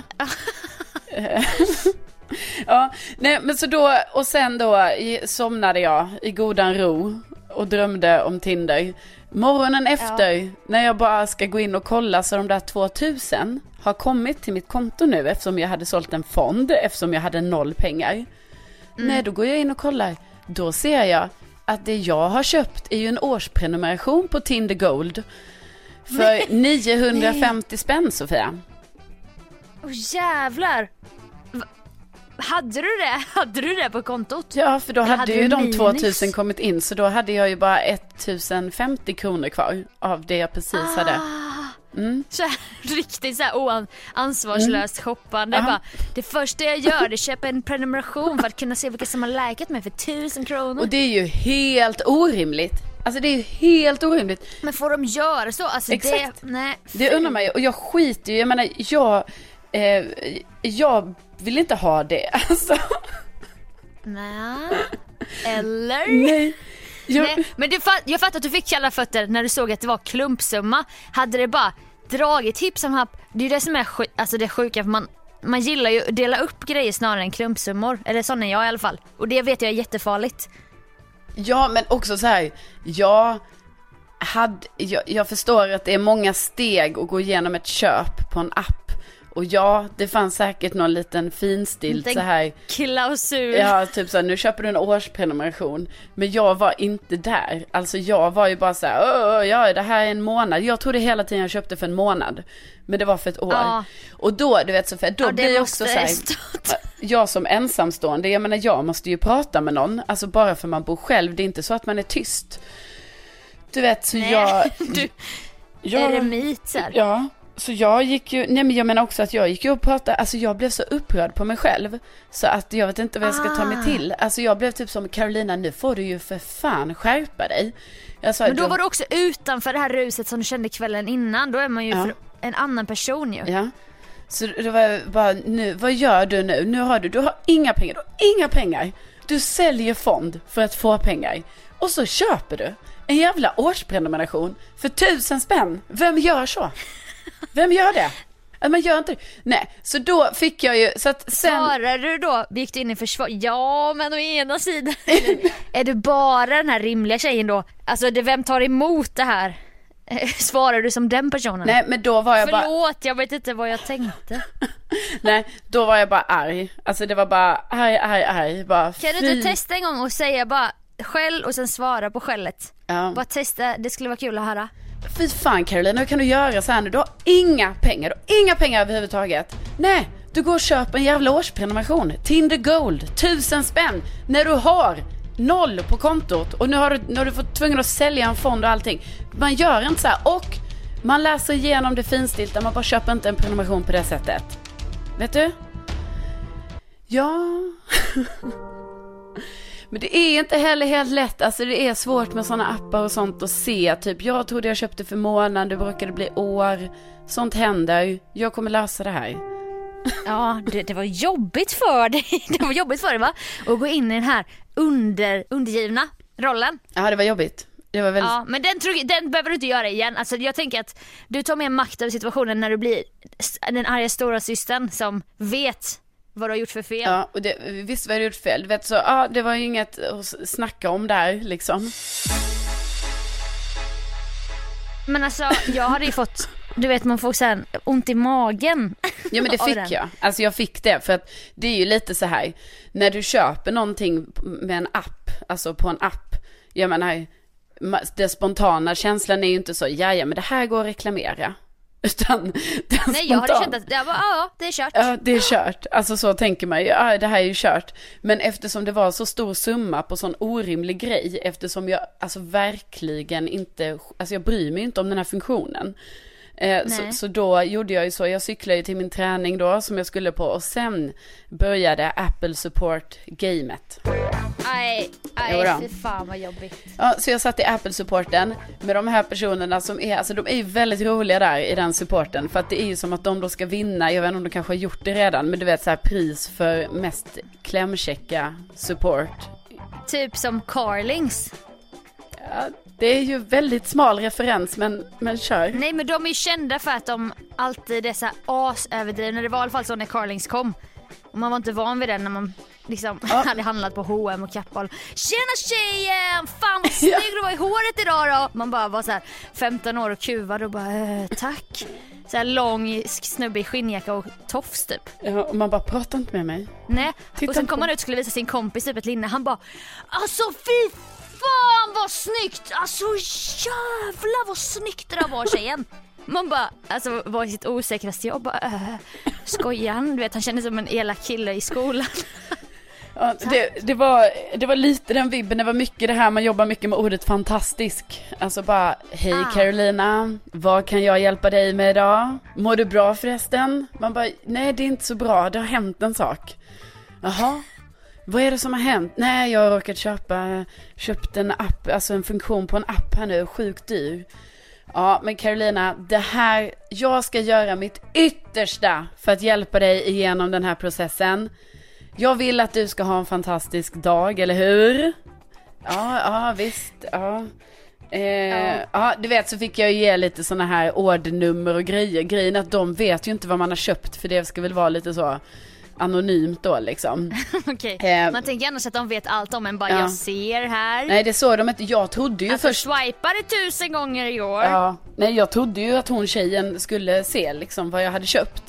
A: Ja, nej, men så då, och sen då somnade jag i godan ro och drömde om Tinder. Morgonen efter, när jag bara ska gå in och kolla, så de där 2000 har kommit till mitt konto nu, eftersom jag hade sålt en fond, eftersom jag hade 0 pengar. Nej, då går jag in och kollar. Då ser jag att det jag har köpt är ju en årsprenumeration på Tinder Gold för 950 spänn, Sofia.
B: Åh jävlar. Hade du det på kontot?
A: Ja, för då hade ju de 2000 kommit in, så då hade jag ju bara 1050 kronor kvar av det jag precis hade.
B: Så här, riktigt så här oansvarslöst shoppande. Bara, det första jag gör är att köpa en prenumeration för att kunna se vilka som har likat mig för 1000 kronor.
A: Och det är ju helt orimligt. Alltså det är ju helt orimligt.
B: Men får de göra så? Alltså
A: exakt.
B: Nej.
A: Det undrar mig, och jag skiter ju. Jag menar, jag vill inte ha det. Alltså.
B: Nej. Eller?
A: Nej.
B: Nej, men jag fattar att du fick kalla fötter när du såg att det var klumpsumma. Hade det bara dragit hipp som happ. Det är ju det som är alltså det sjuka, för man gillar ju att dela upp grejer snarare än klumpsummor. Eller sån är jag i alla fall. Och det vet jag är jättefarligt.
A: Ja, men också så här, jag förstår att det är många steg att gå igenom ett köp på en app. Och ja, det fanns säkert någon liten finstilt så här
B: klausul.
A: Ja, typ så här, nu köper du en årsprenumeration. Men jag var inte där. Alltså jag var ju bara så här, ja, det här är en månad. Jag trodde hela tiden jag köpte för en månad. Men det var för ett år. Ja. Och då, du vet Sofia, då blir också så här, jag som ensamstående, jag menar, jag måste ju prata med någon. Alltså bara för man bor själv, det är inte så att man är tyst. Du vet, så
B: är det myt så här?
A: Ja. Så jag gick ju, nej men jag menar också att jag gick ju och pratade, alltså jag blev så upprörd på mig själv så att jag vet inte vad jag ska ta mig till. Alltså jag blev typ som, Carolina, nu får du ju för fan skärpa dig. Jag sa,
B: men då var du också utanför det här ruset som du kände kvällen innan, då är man ju för en annan person ju.
A: Ja. Så då var jag bara, nu, vad gör du nu? Nu har du har inga pengar, du säljer fond för att få pengar och så köper du en jävla årsprenumeration för 1000 spänn. Vem gör så? Vem gör det? Man gör inte det. Nej, så då fick jag ju så att sen...
B: Svarar du då? Gick du in i försvar? Ja, men å ena sidan är du bara den här rimliga tjejen då? Alltså, vem tar emot det här? Svarar du som den personen?
A: Nej, men då var jag
B: Förlåt, jag vet inte vad jag tänkte.
A: Nej, då var jag bara arg. Alltså det var bara arg. Bara,
B: kan du inte testa en gång och säga bara skäll och sen svara på skället? Ja. Bara testa, det skulle vara kul att höra.
A: Fy fan, Carolina, hur kan du göra så här nu? Du har inga pengar överhuvudtaget. Nej, du går och köper en jävla årsprenumeration. Tinder Gold, 1000 spänn. När du har 0 på kontot. Och nu har du fått tvungen att sälja en fond och allting. Man gör inte så här. Och man läser igenom det finstilta. Man bara köper inte en prenumeration på det sättet. Vet du? Ja... Men det är inte heller helt lätt. Alltså det är svårt med sådana appar och sånt att se. Typ, jag trodde jag köpte för månad, det brukade bli år. Sånt händer. Jag kommer lösa det här.
B: Ja, det var jobbigt för dig. Det var jobbigt för dig, va? Att gå in i den här undergivna rollen.
A: Ja, det var jobbigt. Det var väldigt...
B: Ja, men den behöver du inte göra igen. Alltså, jag tänker att du tar mer makt över situationen när du blir den arga stora systern som vet vad du har gjort för fel.
A: Ja, och visst vad du har gjort fel. Du vet, så, ja, det var ju inget att snacka om där liksom.
B: Men alltså, jag hade ju fått, du vet, man får sen ont i magen.
A: Ja, men det fick jag. Alltså jag fick det, för att det är ju lite så här, när du köper någonting med en app, alltså på en app, jag menar, den spontana känslan är ju inte så, ja men det här går att reklamera. Utan
B: nej, jag hade känt att det är kört.
A: Ja, det är kört. Alltså så tänker man ju, ja, det här är ju kört. Men eftersom det var så stor summa på sån orimlig grej, eftersom jag alltså verkligen inte, alltså jag bryr mig inte om den här funktionen. Så då gjorde jag ju så, jag cyklade ju till min träning då som jag skulle på, och sen började Apple Support-gamet.
B: Nej, fy fan vad jobbigt.
A: Ja, så jag satt i Apple-supporten med de här personerna som är, alltså de är ju väldigt roliga där i den supporten, för att det är ju som att de då ska vinna, jag vet inte om de kanske har gjort det redan, men du vet så här, pris för mest klämkäcka support.
B: Typ som Carlings.
A: Ja, det är ju väldigt smal referens, men kör.
B: Nej, men de är ju kända för att de alltid är så här asöverdrivna. Det var i alla fall så när Carlings kom. Och man var inte van vid det när man liksom hade handlat på H&M och Kappahl. Tjena tjejen! Fan vad snygg du var i håret idag då! Man bara var så här 15 år och kuvad och bara tack. Så här lång snubbe i skinnjacka och tofs typ.
A: Ja, och man bara, prata inte med mig.
B: Nej, och sen kom han ut och skulle visa sin kompis typ ett linne. Han bara, alltså fy fan vad snyggt! Alltså jävlar vad snyggt det där var, tjejen. Man bara, alltså var i sitt osäkraste jobb. Skojan, du vet, han kände som en elak kille i skolan.
A: Ja, det var lite den vibben, det var mycket det här, man jobbar mycket med ordet fantastisk. Alltså bara, hej Carolina, vad kan jag hjälpa dig med idag? Mår du bra förresten? Man bara, nej det är inte så bra, det har hänt en sak. Jaha, vad är det som har hänt? Nej, jag har råkat köpt en app, alltså en funktion på en app här nu, sjukt dyr. Ja, men Carolina, jag ska göra mitt yttersta för att hjälpa dig igenom den här processen. Jag vill att du ska ha en fantastisk dag, eller hur? Ja, visst. Ja. Ja, du vet, så fick jag ge lite såna här ordnummer och grejer. Grejen att de vet ju inte vad man har köpt, för det ska väl vara lite så anonymt då liksom.
B: Okej. Man tänker annars att de vet allt om en, bara jag ser här.
A: Nej, det såg de inte. Jag trodde ju
B: alltså,
A: först
B: swipade 1000 gånger i år.
A: Ja, nej, jag trodde ju att tjejen skulle se liksom vad jag hade köpt.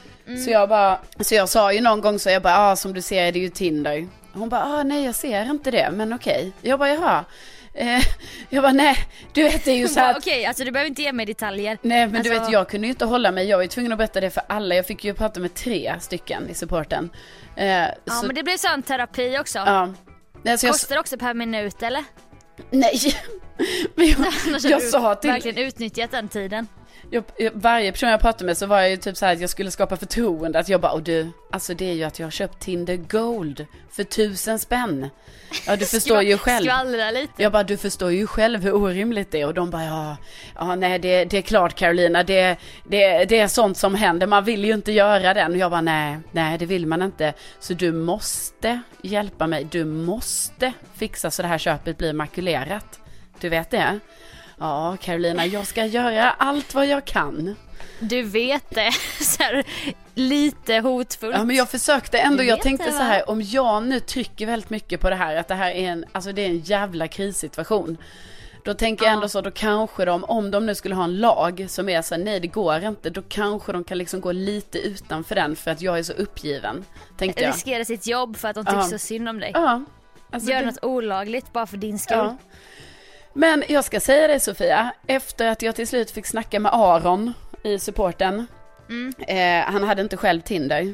A: Så jag sa ju någon gång så, jag bara, som du ser är det ju Tinder. Hon bara, nej jag ser inte det, men okej. Jag bara, jaha. Jag bara, nej, du vet det är ju så här.
B: Okej, alltså du behöver inte ge mig detaljer.
A: Nej, men alltså... du vet, jag kunde ju inte hålla mig. Jag var ju tvungen att berätta det för alla. Jag fick ju prata med 3 stycken i supporten.
B: Så... men det blev sån terapi också.
A: Ja.
B: Kostar det också per minut, eller?
A: Nej. Men jag sa till...
B: verkligen utnyttjat den tiden.
A: Varje person jag pratade med så var jag ju typ så här att jag skulle skapa förtroende, att jag bara, alltså det är ju att jag har köpt Tinder Gold för 1000 spänn. Ja, du förstår ju själv.
B: Skvallra lite.
A: Jag bara, du förstår ju själv hur orimligt det är. Och de bara, nej det är klart Carolina, det är sånt som händer, man vill ju inte göra den. Och jag bara, nej det vill man inte. Så du måste hjälpa mig, du måste fixa så det här köpet blir makulerat. Du vet det? Ja, Carolina, jag ska göra allt vad jag kan.
B: Du vet det, så här, lite hotfullt.
A: Ja, men jag försökte ändå, jag tänkte så här, om jag nu trycker väldigt mycket på det här, att det här är det är en jävla krissituation. Då tänker jag ändå så, då kanske om de nu skulle ha en lag som är så här, nej det går inte, då kanske de kan liksom gå lite utanför den, för att jag är så uppgiven, tänkte jag.
B: Riskera sitt jobb för att de tycker så synd om dig.
A: Ja. Alltså,
B: gör något olagligt bara för din skull.
A: Ja. Men jag ska säga det, Sofia, efter att jag till slut fick snacka med Aron i supporten. Han hade inte själv Tinder.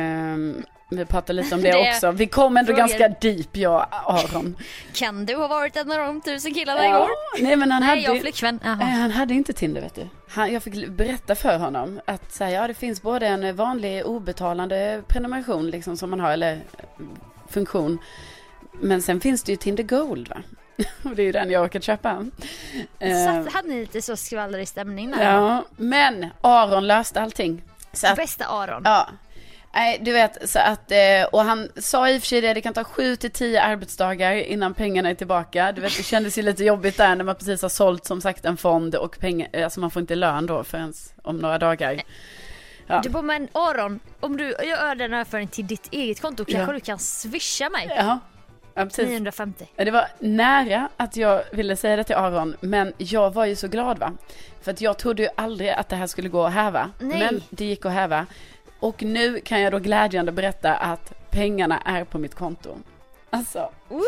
A: Vi pratade lite om det också. Vi kom ändå ganska deep, jag Aron.
B: Kan du ha varit en av de 1000 killarna igår?
A: Nej, men
B: han
A: hade inte Tinder, vet du. Jag fick berätta för honom att så här, det finns både en vanlig obetalande prenumeration liksom, som man har, eller funktion. Men sen finns det ju Tinder Gold, va? Och det är ju den jag orkar köpa.
B: Så hade ni lite så skvallrig stämning där.
A: Ja, men Aron löste allting. Så
B: bästa Aron.
A: Ja. Nej, du vet, så att, och han sa i och för sig det kan ta 7 till 10 arbetsdagar innan pengarna är tillbaka. Du vet, det kändes ju lite jobbigt där när man precis har sålt som sagt en fond och pengar, alltså man får inte lön då förrän om några dagar. Ja.
B: Du bara, men Aron, om du gör den överföring till ditt eget konto kanske du kan swisha mig.
A: Ja, precis.
B: 950.
A: Det var nära att jag ville säga det till Aron, men jag var ju så glad va. För att jag trodde ju aldrig att det här skulle gå att häva.
B: Nej.
A: Men det gick att häva. Och nu kan jag då glädjande berätta att pengarna är på mitt konto. Alltså.
B: Woo!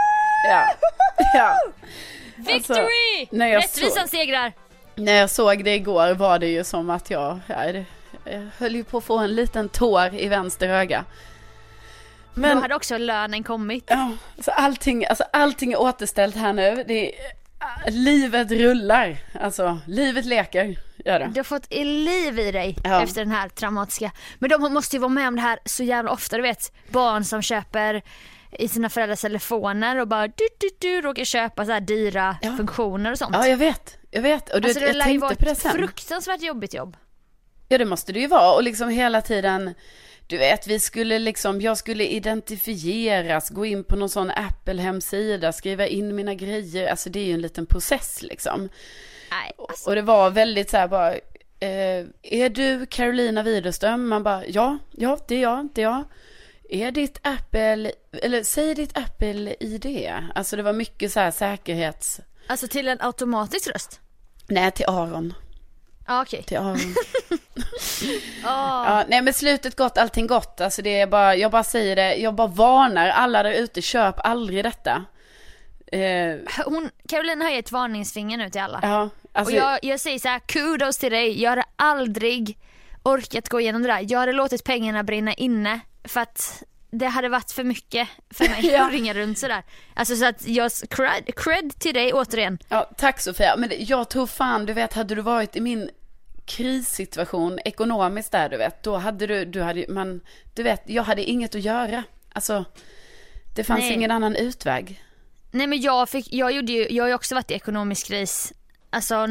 A: Ja.
B: Victory!
A: Alltså,
B: rättvisan segrar.
A: När jag såg det igår var det ju som att jag höll ju på att få en liten tår i vänster öga.
B: Men då hade också lönen kommit.
A: Ja, så allting är återställt här nu. Livet rullar. Alltså, livet leker. Gör det.
B: Du har fått liv i dig efter den här traumatiska. Men de måste ju vara med om det här så jävla ofta. Du vet, barn som köper i sina föräldrars telefoner och bara råkar köpa så här dyra funktioner och sånt.
A: Ja, jag vet. Och du,
B: alltså,
A: jag tänkte på det sen.
B: Fruktansvärt jobbigt jobb.
A: Ja, det måste det ju vara. Och liksom hela tiden, du vet, jag skulle identifieras, gå in på någon sån Apple-hemsida, skriva in mina grejer. Alltså det är ju en liten process liksom.
B: Nej, alltså.
A: Och det var väldigt så här bara, är du Carolina Widerström? Man bara, ja, det är jag. Är ditt Apple, eller säg ditt Apple-ID. Alltså det var mycket så här säkerhets...
B: Alltså till en automatisk röst?
A: Nej, till Aron.
B: Okej.
A: Till Aron. Ja, nej, men slutet gott, allting gott. Alltså det är bara, jag bara säger det, jag bara varnar alla där ute, köp aldrig detta.
B: Carolina har gett varningsfinger nu till alla.
A: Ja, alltså...
B: Och jag säger så här, kudos till dig. Jag hade aldrig orkat gå igenom det där. Jag hade låtit pengarna brinna inne för att det hade varit för mycket för mig att ringa runt sådär. Alltså så att jag cred till dig återigen. Ja,
A: tack Sofia. Men jag tror fan, du vet, hade du varit i min krissituation ekonomiskt där, du vet, då hade du vet, jag hade inget att göra. Alltså det fanns ingen annan utväg.
B: Nej, men jag har ju också varit i ekonomisk kris. Alltså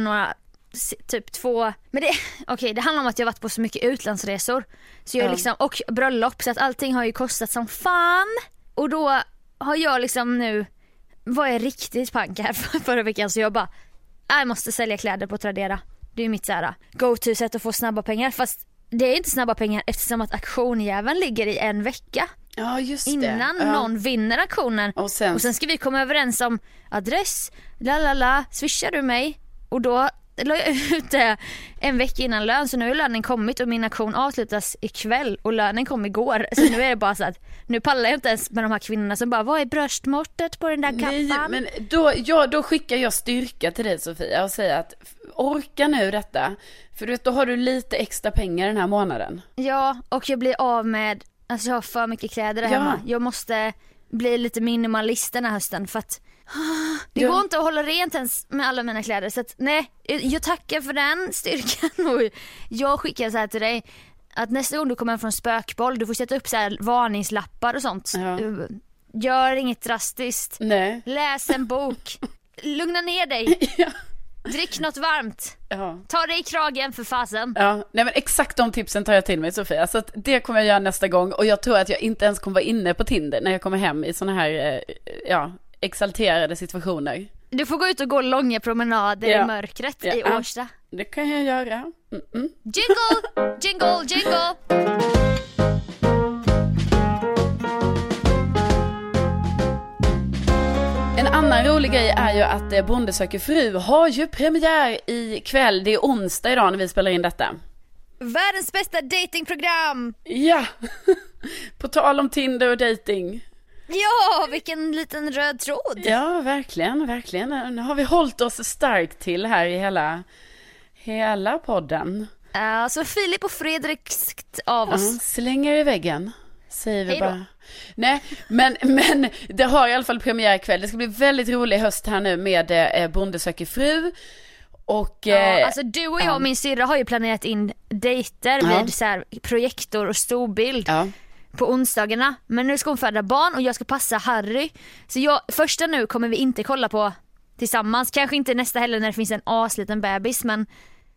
B: typ 2. Men det handlar om att jag varit på så mycket utlandsresor. Så jag liksom, och bröllop, så att allting har ju kostat som fan. Och då har jag liksom nu var jag riktigt pank här förra veckan, så jag bara jag måste sälja kläder på Tradera. Det är ju mitt såhär go-to-sätt att få snabba pengar. Fast det är inte snabba pengar eftersom att auktionjäveln ligger i en vecka.
A: Ja, just det.
B: Innan någon vinner auktionen. Och sen ska vi komma överens om adress. Swishar du mig? Och då la jag ut en vecka innan lön. Så nu har lönen kommit och min auktion avslutas ikväll. Och lönen kom igår. Så nu är det bara så att nu pallar jag inte ens med de här kvinnorna som bara, vad är bröstmåttet på den där kappan?
A: Nej, men då skickar jag styrka till dig, Sofia, och säger att orka nu detta. För då har du lite extra pengar den här månaden. Ja,
B: och jag blir av med, alltså jag har för mycket kläder hemma. Jag måste bli lite minimalist den här hösten för att det går inte att hålla rent ens med alla mina kläder. Så att, nej, jag tackar för den styrkan. Och jag skickar så här till dig att nästa gång du kommer från spökboll, du får sätta upp så här varningslappar och sånt. Gör inget drastiskt.
A: Nej.
B: Läs en bok. Lugna ner dig. Drick något varmt. Ta dig i kragen för fasen.
A: Nej, men exakt de tipsen tar jag till mig, Sofia. Så att det kommer jag göra nästa gång. Och jag tror att jag inte ens kommer vara inne på Tinder när jag kommer hem i såna här exalterade situationer.
B: Du får gå ut och gå långa promenader i mörkret i Årsta.
A: Det kan jag göra.
B: Jingle, jingle, jingle.
A: En annan rolig grej är ju att Bonde söker fru har ju premiär i kväll. Det är onsdag idag när vi spelar in detta.
B: Världens bästa datingprogram.
A: Ja, på tal om Tinder och dating.
B: Ja, vilken liten röd tråd.
A: Ja, verkligen, verkligen. Nu har vi hållit oss starkt till här i hela podden.
B: Så Filip och Fredrik av oss.
A: Slänger i väggen, säger vi bara. Nej, men det har i alla fall premiär ikväll. Det ska bli väldigt rolig höst här nu med Bonde söker fru. Och,
B: alltså du och jag och min syrra har ju planerat in dejter vid så här projektor och storbild på onsdagarna. Men nu ska hon föda barn och jag ska passa Harry. Så första nu kommer vi inte kolla på tillsammans. Kanske inte nästa heller när det finns en asliten bebis. Men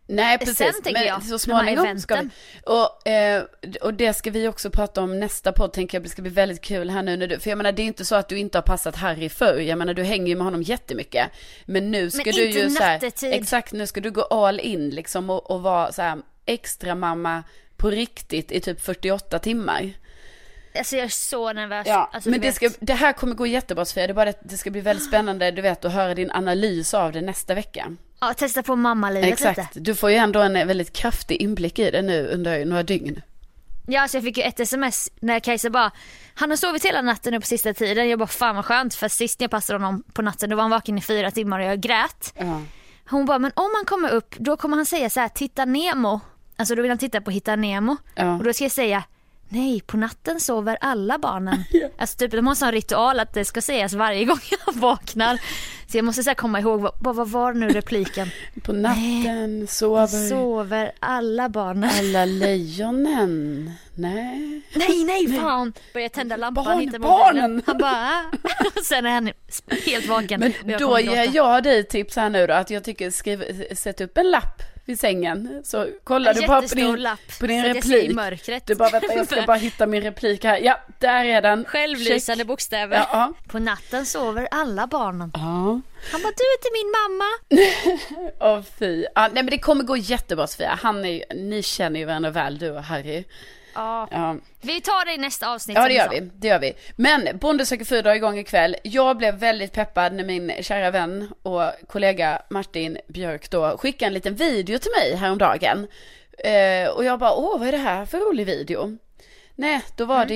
A: Nej, precis.
B: Sen tänker jag,
A: så småningom ska vi. Och det ska vi också prata om nästa podd, tänker jag. Det ska bli väldigt kul här nu när du, för jag menar, det är inte så att du inte har passat Harry förr. Jag menar, du hänger ju med honom jättemycket. Men nu ska du ju så här, exakt, nu ska du gå all in liksom och vara så här extra mamma på riktigt i typ 48 timmar.
B: Alltså jag är så nervös.
A: Ja,
B: alltså,
A: men det här kommer gå jättebra, Sofia. Det är bara det ska bli väldigt spännande, du vet, att höra din analys av det nästa vecka.
B: Ja, testa på mammalivet lite.
A: Exakt, du får ju ändå en väldigt kraftig inblick i det nu under några dygn.
B: Ja, så jag fick ju ett sms när Kajsa bara, han har sovit hela natten nu på sista tiden. Jag bara, fan vad skönt, för sist när jag passade honom på natten då var han vaken i 4 timmar och jag grät. Hon bara, men om han kommer upp då kommer han säga så här, titta Nemo. Alltså då vill han titta på Hitta Nemo. Och då ska jag säga, nej, på natten sover alla barnen. Alltså typ, de har en sån ritual att det ska sägas varje gång jag vaknar. Så jag måste så här komma ihåg, vad var nu repliken?
A: På natten
B: sover alla barnen.
A: Alla lejonen. Nej,
B: fan. Börjar tända lampan.
A: Barnen.
B: Han bara, sen är han helt vaken.
A: Men då ger jag dig tips här nu då, att jag tycker sätt upp en lapp vid sängen, så kollar du bara på din replik. Du bara, vänta, jag ska bara hitta min replik här. Ja, där är den.
B: Självlysande bokstäver.
A: Ja.
B: På natten sover alla barnen.
A: Ja.
B: Han bara, du är inte min mamma.
A: Fy. Nej, men det kommer gå jättebra, Sofia. Ni känner ju varandra väl, du och Harry.
B: Ja. Vi tar det i nästa avsnitt.
A: Ja, det gör vi. Men Bonde söker fru drar igång ikväll. Jag blev väldigt peppad när min kära vän och kollega Martin Björk då skickade en liten video till mig häromdagen. Och jag bara, vad är det här för rolig video? Nej, då var det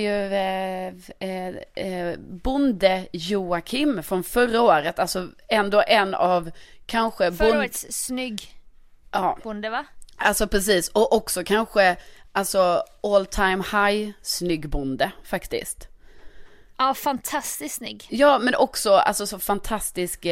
A: ju Bonde Joakim från förra året. Alltså ändå en av kanske
B: förra årets snygg bonde, va?
A: Alltså precis, och också kanske alltså all time high snygg bonde faktiskt.
B: Ja, fantastiskt snygg.
A: Ja, men också alltså så fantastiskt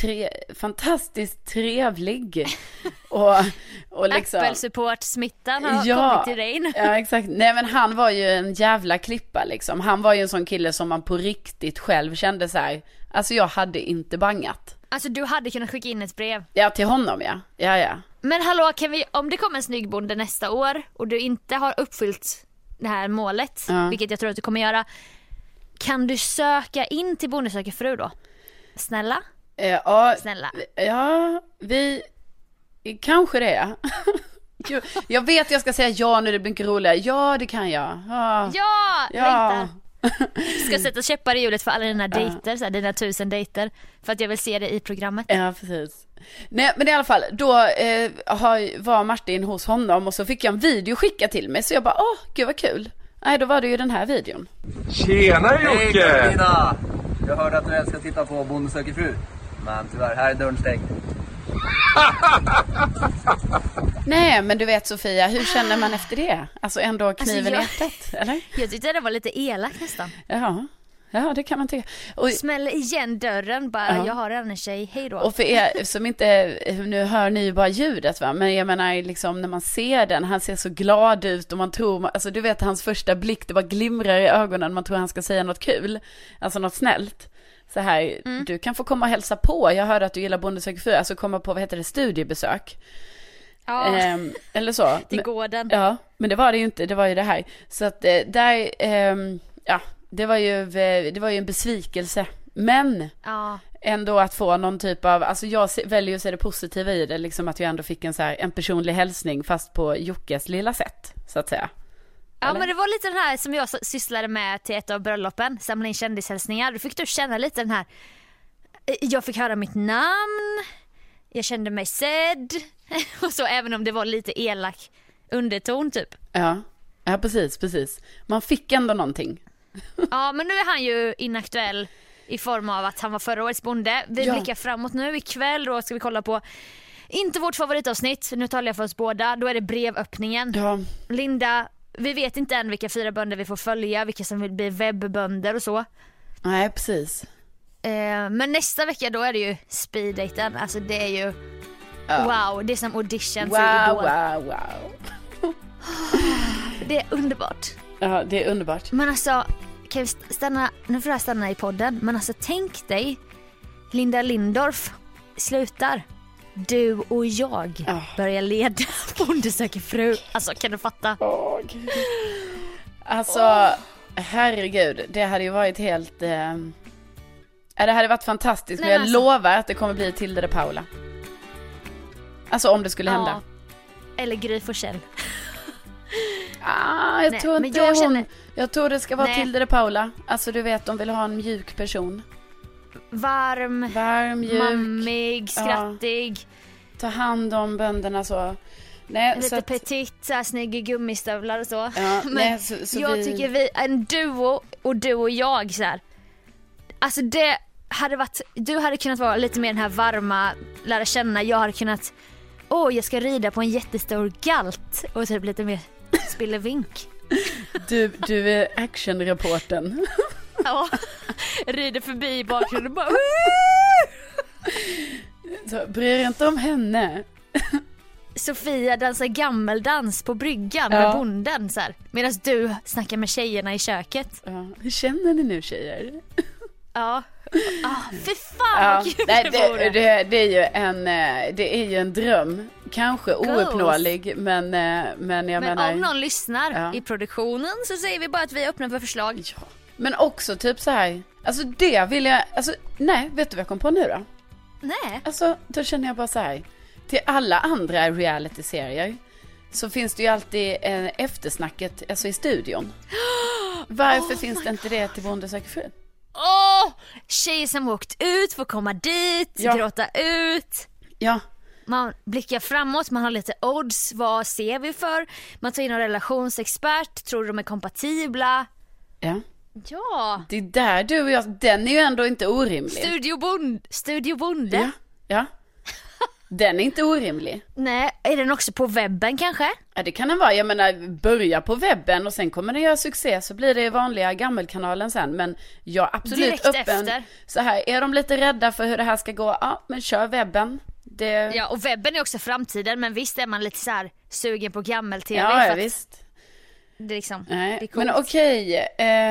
A: trevlig. och liksom
B: Apple-support-smittan har kommit till dig nu.
A: Ja, exakt. Nej, men han var ju en jävla klippa liksom. Han var ju en sån kille som man på riktigt själv kände så här. Alltså jag hade inte bangat.
B: Alltså du hade kunnat skicka in ett brev.
A: Ja, till honom, ja.
B: Men hallå, om det kommer en snygg bonde nästa år och du inte har uppfyllt det här målet, vilket jag tror att du kommer göra, kan du söka in till Bonde söker fru då? Snälla? Snälla.
A: Ja, vi kanske det. Jag vet jag ska säga ja nu, det blir inte roligare. Ja, det kan jag.
B: Ja. Ska sätta käppar i hjulet för alla dina dejter, så här, dina 1000 dejter, för att jag vill se det i programmet.
A: Ja, precis. Nej, men i alla fall, då var Martin hos honom och så fick jag en video skicka till mig, så jag bara, gud vad kul. Nej, då var det ju den här videon.
C: Tjena Jocke!
D: Hej Karolina! Jag hörde att du älskar titta på Bonde söker fru, men tyvärr, här är dörren stängd.
A: Nej, men du vet Sofia, hur känner man efter det? Alltså ändå kniven i hjärtat, eller?
B: Jag tyckte det var lite elak nästan.
A: Ja, det kan man tycka. Och
B: smäller igen dörren, bara jag har en tjej, hej då.
A: Och för er som inte, nu hör ni ju bara ljudet, va? Men jag menar liksom när man ser den, han ser så glad ut och man tror, alltså du vet hans första blick, det bara glimrar i ögonen, man tror han ska säga något kul, alltså något snällt. Så här, du kan få komma och hälsa på. Jag hörde att du gillar Bonde söker fru, alltså komma på, vad heter det, studiebesök. Ja. Eller så.
B: Till gården.
A: Ja, men det var det ju inte, det var ju det här. Så att där, det var ju en besvikelse. Men ändå att få någon typ av, alltså jag väljer att se det positiva i det, liksom att jag ändå fick en personlig hälsning fast på Jockes lilla sätt, så att säga.
B: Ja, men det var lite den här som jag sysslade med till ett av bröllopen, samla in kändishälsningar. Du fick du känna lite den här, jag fick höra mitt namn, jag kände mig sedd och så, även om det var lite elak underton typ. Ja, precis. Man fick ändå någonting. Ja, men nu är han ju inaktuell i form av att han var förra årets bonde. Vi blickar framåt nu. Ikväll då ska vi kolla på, inte vårt favoritavsnitt, nu talar jag för oss båda, då är det brevöppningen. Linda, vi vet inte än vilka 4 bönder vi får följa, vilka som vill bli webbönder och så.
A: Nej, precis.
B: Men nästa vecka då är det ju speeddaten. Alltså det är ju wow, det är som audition för Idol.
A: Wow.
B: Det är underbart.
A: Ja, det är underbart.
B: Men alltså, kan vi stanna, nu får jag stanna i podden, men alltså tänk dig Linda Lindorff slutar. du och jag börjar leda Bonde söker fru. Alltså, kan du fatta?
A: Alltså, herregud, det hade ju varit helt... det hade varit fantastiskt, men jag lovar att det kommer bli Tilde de Paula. Alltså, om det skulle hända.
B: Eller Gry Forssell.
A: Jag tror inte jag tror det ska vara Tilde de Paula. Alltså, du vet, de vill ha en mjuk person.
B: Varm,
A: mjuk,
B: mammig, skrattig.
A: Ta hand om bönderna så. Nej,
B: lite
A: så att...
B: petit, så snygg i gummistövlar och så.
A: Ja,
B: men så jag tycker en duo och du och jag så här. Alltså det hade varit, du hade kunnat vara lite mer den här varma, lära känna. Jag hade kunnat, jag ska rida på en jättestor galt och typ lite mer spillevink.
A: Du är actionreporten.
B: Ja, rider förbi i bakgrunden och bara
A: så, bryr inte om henne.
B: Sofia dansar gammeldans på bryggan med bonden så här, medan du snackar med tjejerna i köket.
A: Hur känner ni nu, tjejer?
B: Fy fan vad kul
A: det är ju en dröm. Kanske ouppnåelig, men jag menar...
B: om någon lyssnar i produktionen så säger vi bara att vi är öppna för förslag.
A: Ja. Men också typ så här, alltså det vill jag, alltså nej, vet du vad jag kom på nu då?
B: Nej.
A: Alltså då känner jag bara så här, till alla andra reality-serier så finns det ju alltid eftersnacket, alltså i studion. Varför finns det inte det till Bonde söker fru?
B: Tjejer som åkt ut får komma dit, gråta ut.
A: Ja.
B: Man blickar framåt, man har lite odds, vad ser vi för? Man tar in en relationsexpert, tror de är kompatibla. Ja.
A: Det är där du och jag, den är ju ändå inte orimlig.
B: Studio Bonde.
A: Ja. Den är inte orimlig.
B: Nej, är den också på webben kanske?
A: Ja, det kan den vara. Jag menar, börja på webben och sen kommer den göra succé, så blir det vanliga gammelkanalen sen. Men jag är absolut
B: direkt
A: öppen.
B: Efter.
A: Så här, är de lite rädda för hur det här ska gå? Ja, men kör webben.
B: Ja, och webben är också framtiden, men visst är man lite så här sugen på gammel-tv.
A: Ja, visst.
B: Det är liksom,
A: nej,
B: det är coolt.
A: men okej.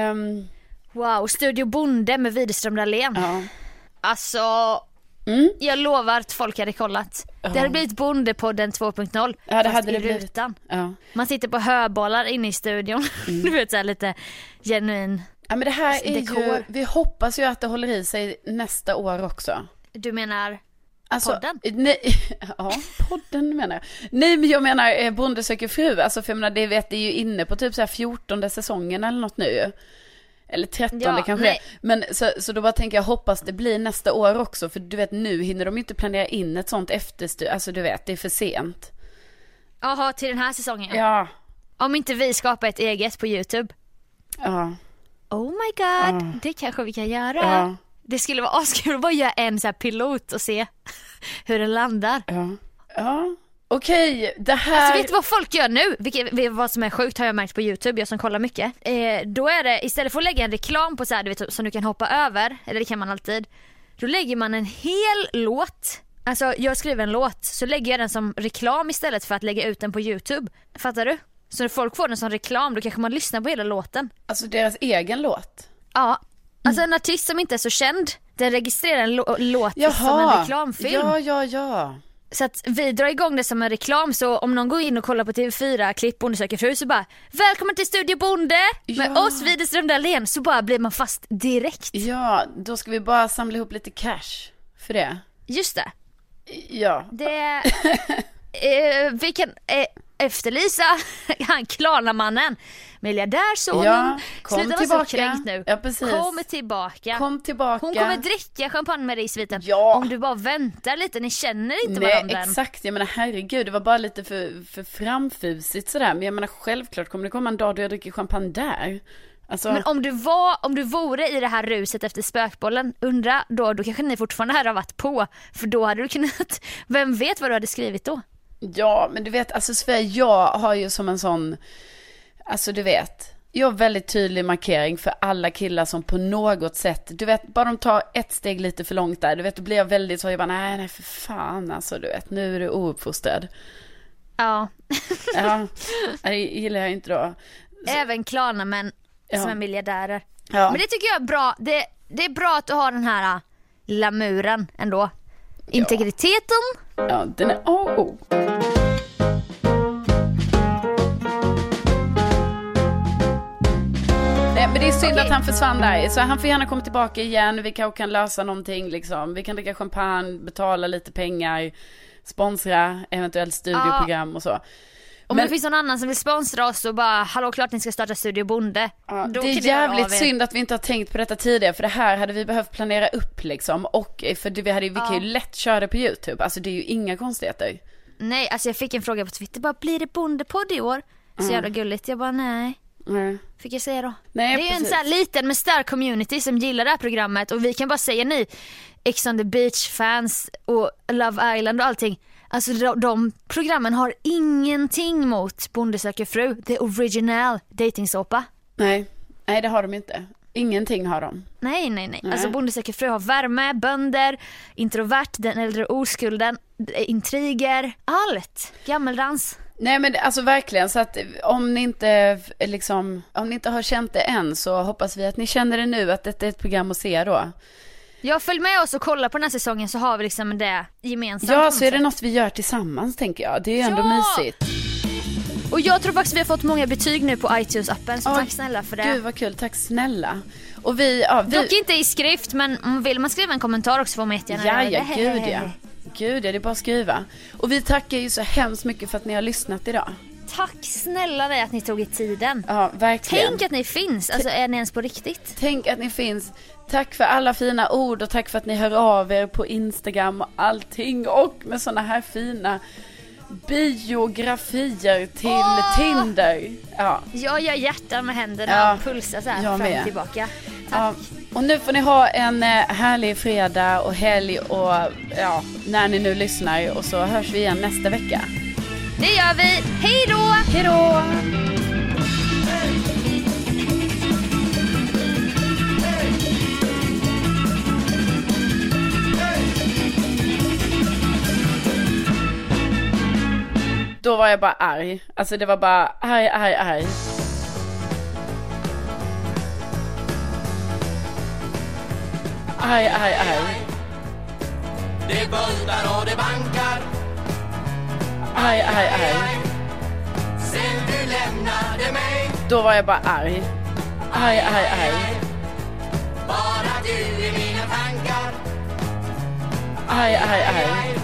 B: Wow, Studio Bonde med Widerström Dahlén.
A: Ja.
B: Alltså, jag lovar att folk hade kollat. Det hade blivit Bondepodden 2.0.
A: Ja, det hade det blivit.
B: Ja. Man sitter på höbollar inne i studion. Du vet, så här lite genuin. Ja,
A: men det här är ju, vi hoppas ju att det håller i sig nästa år också.
B: Du menar
A: podden? Nej, ja, podden menar jag. Nej, men jag menar Bonde söker fru. Alltså, för jag menar, det är ju inne på typ så här 14:e säsongen eller något nu. Eller 13:e kanske. Nej. Men så då bara tänker jag, hoppas det blir nästa år också. För du vet, nu hinner de inte planera in ett sånt efterstyr. Alltså du vet, det är för sent.
B: Jaha, till den här säsongen?
A: Ja.
B: Om inte vi skapar ett eget på YouTube.
A: Ja.
B: Oh my god, det kanske vi kan göra. Ja. Det skulle vara askul att bara göra en så här pilot och se hur den landar.
A: Ja. Okej, det här...
B: Alltså, vet du vad folk gör nu? Vad som är sjukt har jag märkt på YouTube, jag som kollar mycket. Då är det, istället för att lägga en reklam på så här, du vet, som du kan hoppa över, eller det kan man alltid. Då lägger man en hel låt. Alltså, jag skriver en låt, så lägger jag den som reklam istället för att lägga ut den på YouTube. Fattar du? Så när folk får den som reklam, då kanske man lyssnar på hela låten.
A: Alltså deras egen låt?
B: Ja. Alltså en artist som inte är så känd, den registrerar en låt som en reklamfilm.
A: Ja.
B: Så att vi drar igång det som en reklam. Så om någon går in och kollar på TV4 klipp Bonde söker fru, så bara välkommen till Studio Bonde med oss Widerström Dahlén, så bara blir man fast direkt.
A: Ja, då ska vi bara samla ihop lite cash för det.
B: Just det.
A: Ja.
B: Det vi kan efterlysa han Klarnamannen, miljardärsonen. Sluta vara så kränkt nu.
A: Ja, precis.
B: Kom tillbaka. Hon kommer dricka champagne med dig i sviten.
A: Ja.
B: Om du bara väntar lite, ni känner inte varandra.
A: Nej, exakt. Jag menar, herregud, det var bara lite för framfusigt sådär. Men jag menar, självklart kommer det komma en dag då jag dricker champagne där. Alltså...
B: Men om du vore i det här ruset efter spökbollen, undra då kanske ni fortfarande hade varit på. För då hade du kunnat, vem vet vad du hade skrivit då?
A: Ja, men du vet, alltså Sverige, jag har ju som en sån, alltså du vet, jag har väldigt tydlig markering för alla killar som på något sätt, du vet, bara de tar ett steg lite för långt där, du vet, då blir jag väldigt så, jag bara, nej för fan, alltså du vet, nu är du ouppfostrad.
B: Ja.
A: Ja, det gillar jag inte då.
B: Även Klarnamän som är miljardärer.
A: Ja.
B: Men det tycker jag är bra, det är bra att du har den här lamuren ändå. Integriteten.
A: Ja, den är Nej, men det är synd att han försvann där. Så han får gärna komma tillbaka igen. Vi kanske kan lösa någonting liksom. Vi kan dricka champagne, betala lite pengar, sponsra eventuellt studioprogram och så.
B: Om det finns någon annan som vill sponsra oss och bara, hallå, klart ni ska starta Studio Bonde.
A: Det är jävligt synd att vi inte har tänkt på detta tidigare. För det här hade vi behövt planera upp liksom. Och för vi kan ju lätt köra det på YouTube. Alltså det är ju inga konstigheter.
B: Nej, alltså jag fick en fråga på Twitter, bara, blir det bondepodd i år? Så jävla gulligt, jag bara nej. Fick jag säga då. Nej, det är ju en sån här liten men stark community som gillar det här programmet. Och vi kan bara säga ni Ex on the Beach fans och Love Island och allting. Alltså de programmen har ingenting mot Bonde söker fru, the original datingsåpa.
A: Nej, det har de inte. Ingenting har de.
B: Nej. Alltså Bonde söker fru har värme, bönder, introvert, den äldre oskulden, intriger, allt. Gammeldans.
A: Nej, men alltså verkligen, så att om ni inte har känt det än, så hoppas vi att ni känner det nu, att detta är ett program att se då.
B: Jag följ med oss och kolla på den här säsongen, så har vi liksom det gemensamt.
A: Ja, så är det något vi gör tillsammans, tänker jag. Det är ändå mysigt.
B: Och jag tror faktiskt vi har fått många betyg nu på iTunes-appen, så tack snälla för det.
A: Gud vad kul, tack snälla. Och vi
B: dock inte i skrift, men vill man skriva en kommentar också får man jättegärna
A: göra det. Gud, det är bara att skriva. Och vi tackar ju så hemskt mycket för att ni har lyssnat idag.
B: Tack snälla dig att ni tog i tiden.
A: Ja, verkligen.
B: Tänk att ni finns, alltså är ni ens på riktigt?
A: Tänk att ni finns. Tack för alla fina ord och tack för att ni hör av er på Instagram och allting. Och med såna här fina biografier till Tinder. Ja.
B: Jag gör hjärtan med händerna och pulsar så här fram och tillbaka. Tack.
A: Ja. Och nu får ni ha en härlig fredag och helg och när ni nu lyssnar, och så hörs vi igen nästa vecka.
B: Det gör vi. Hej då!
A: Hej då! Då var jag bara arg. Alltså det var bara arg. Arg.
C: Det bultar och det bankar.
A: Arg.
C: Sen du lämnade mig.
A: Då var jag bara arg. Arg.
C: Bara du i mina tankar.
A: Arg.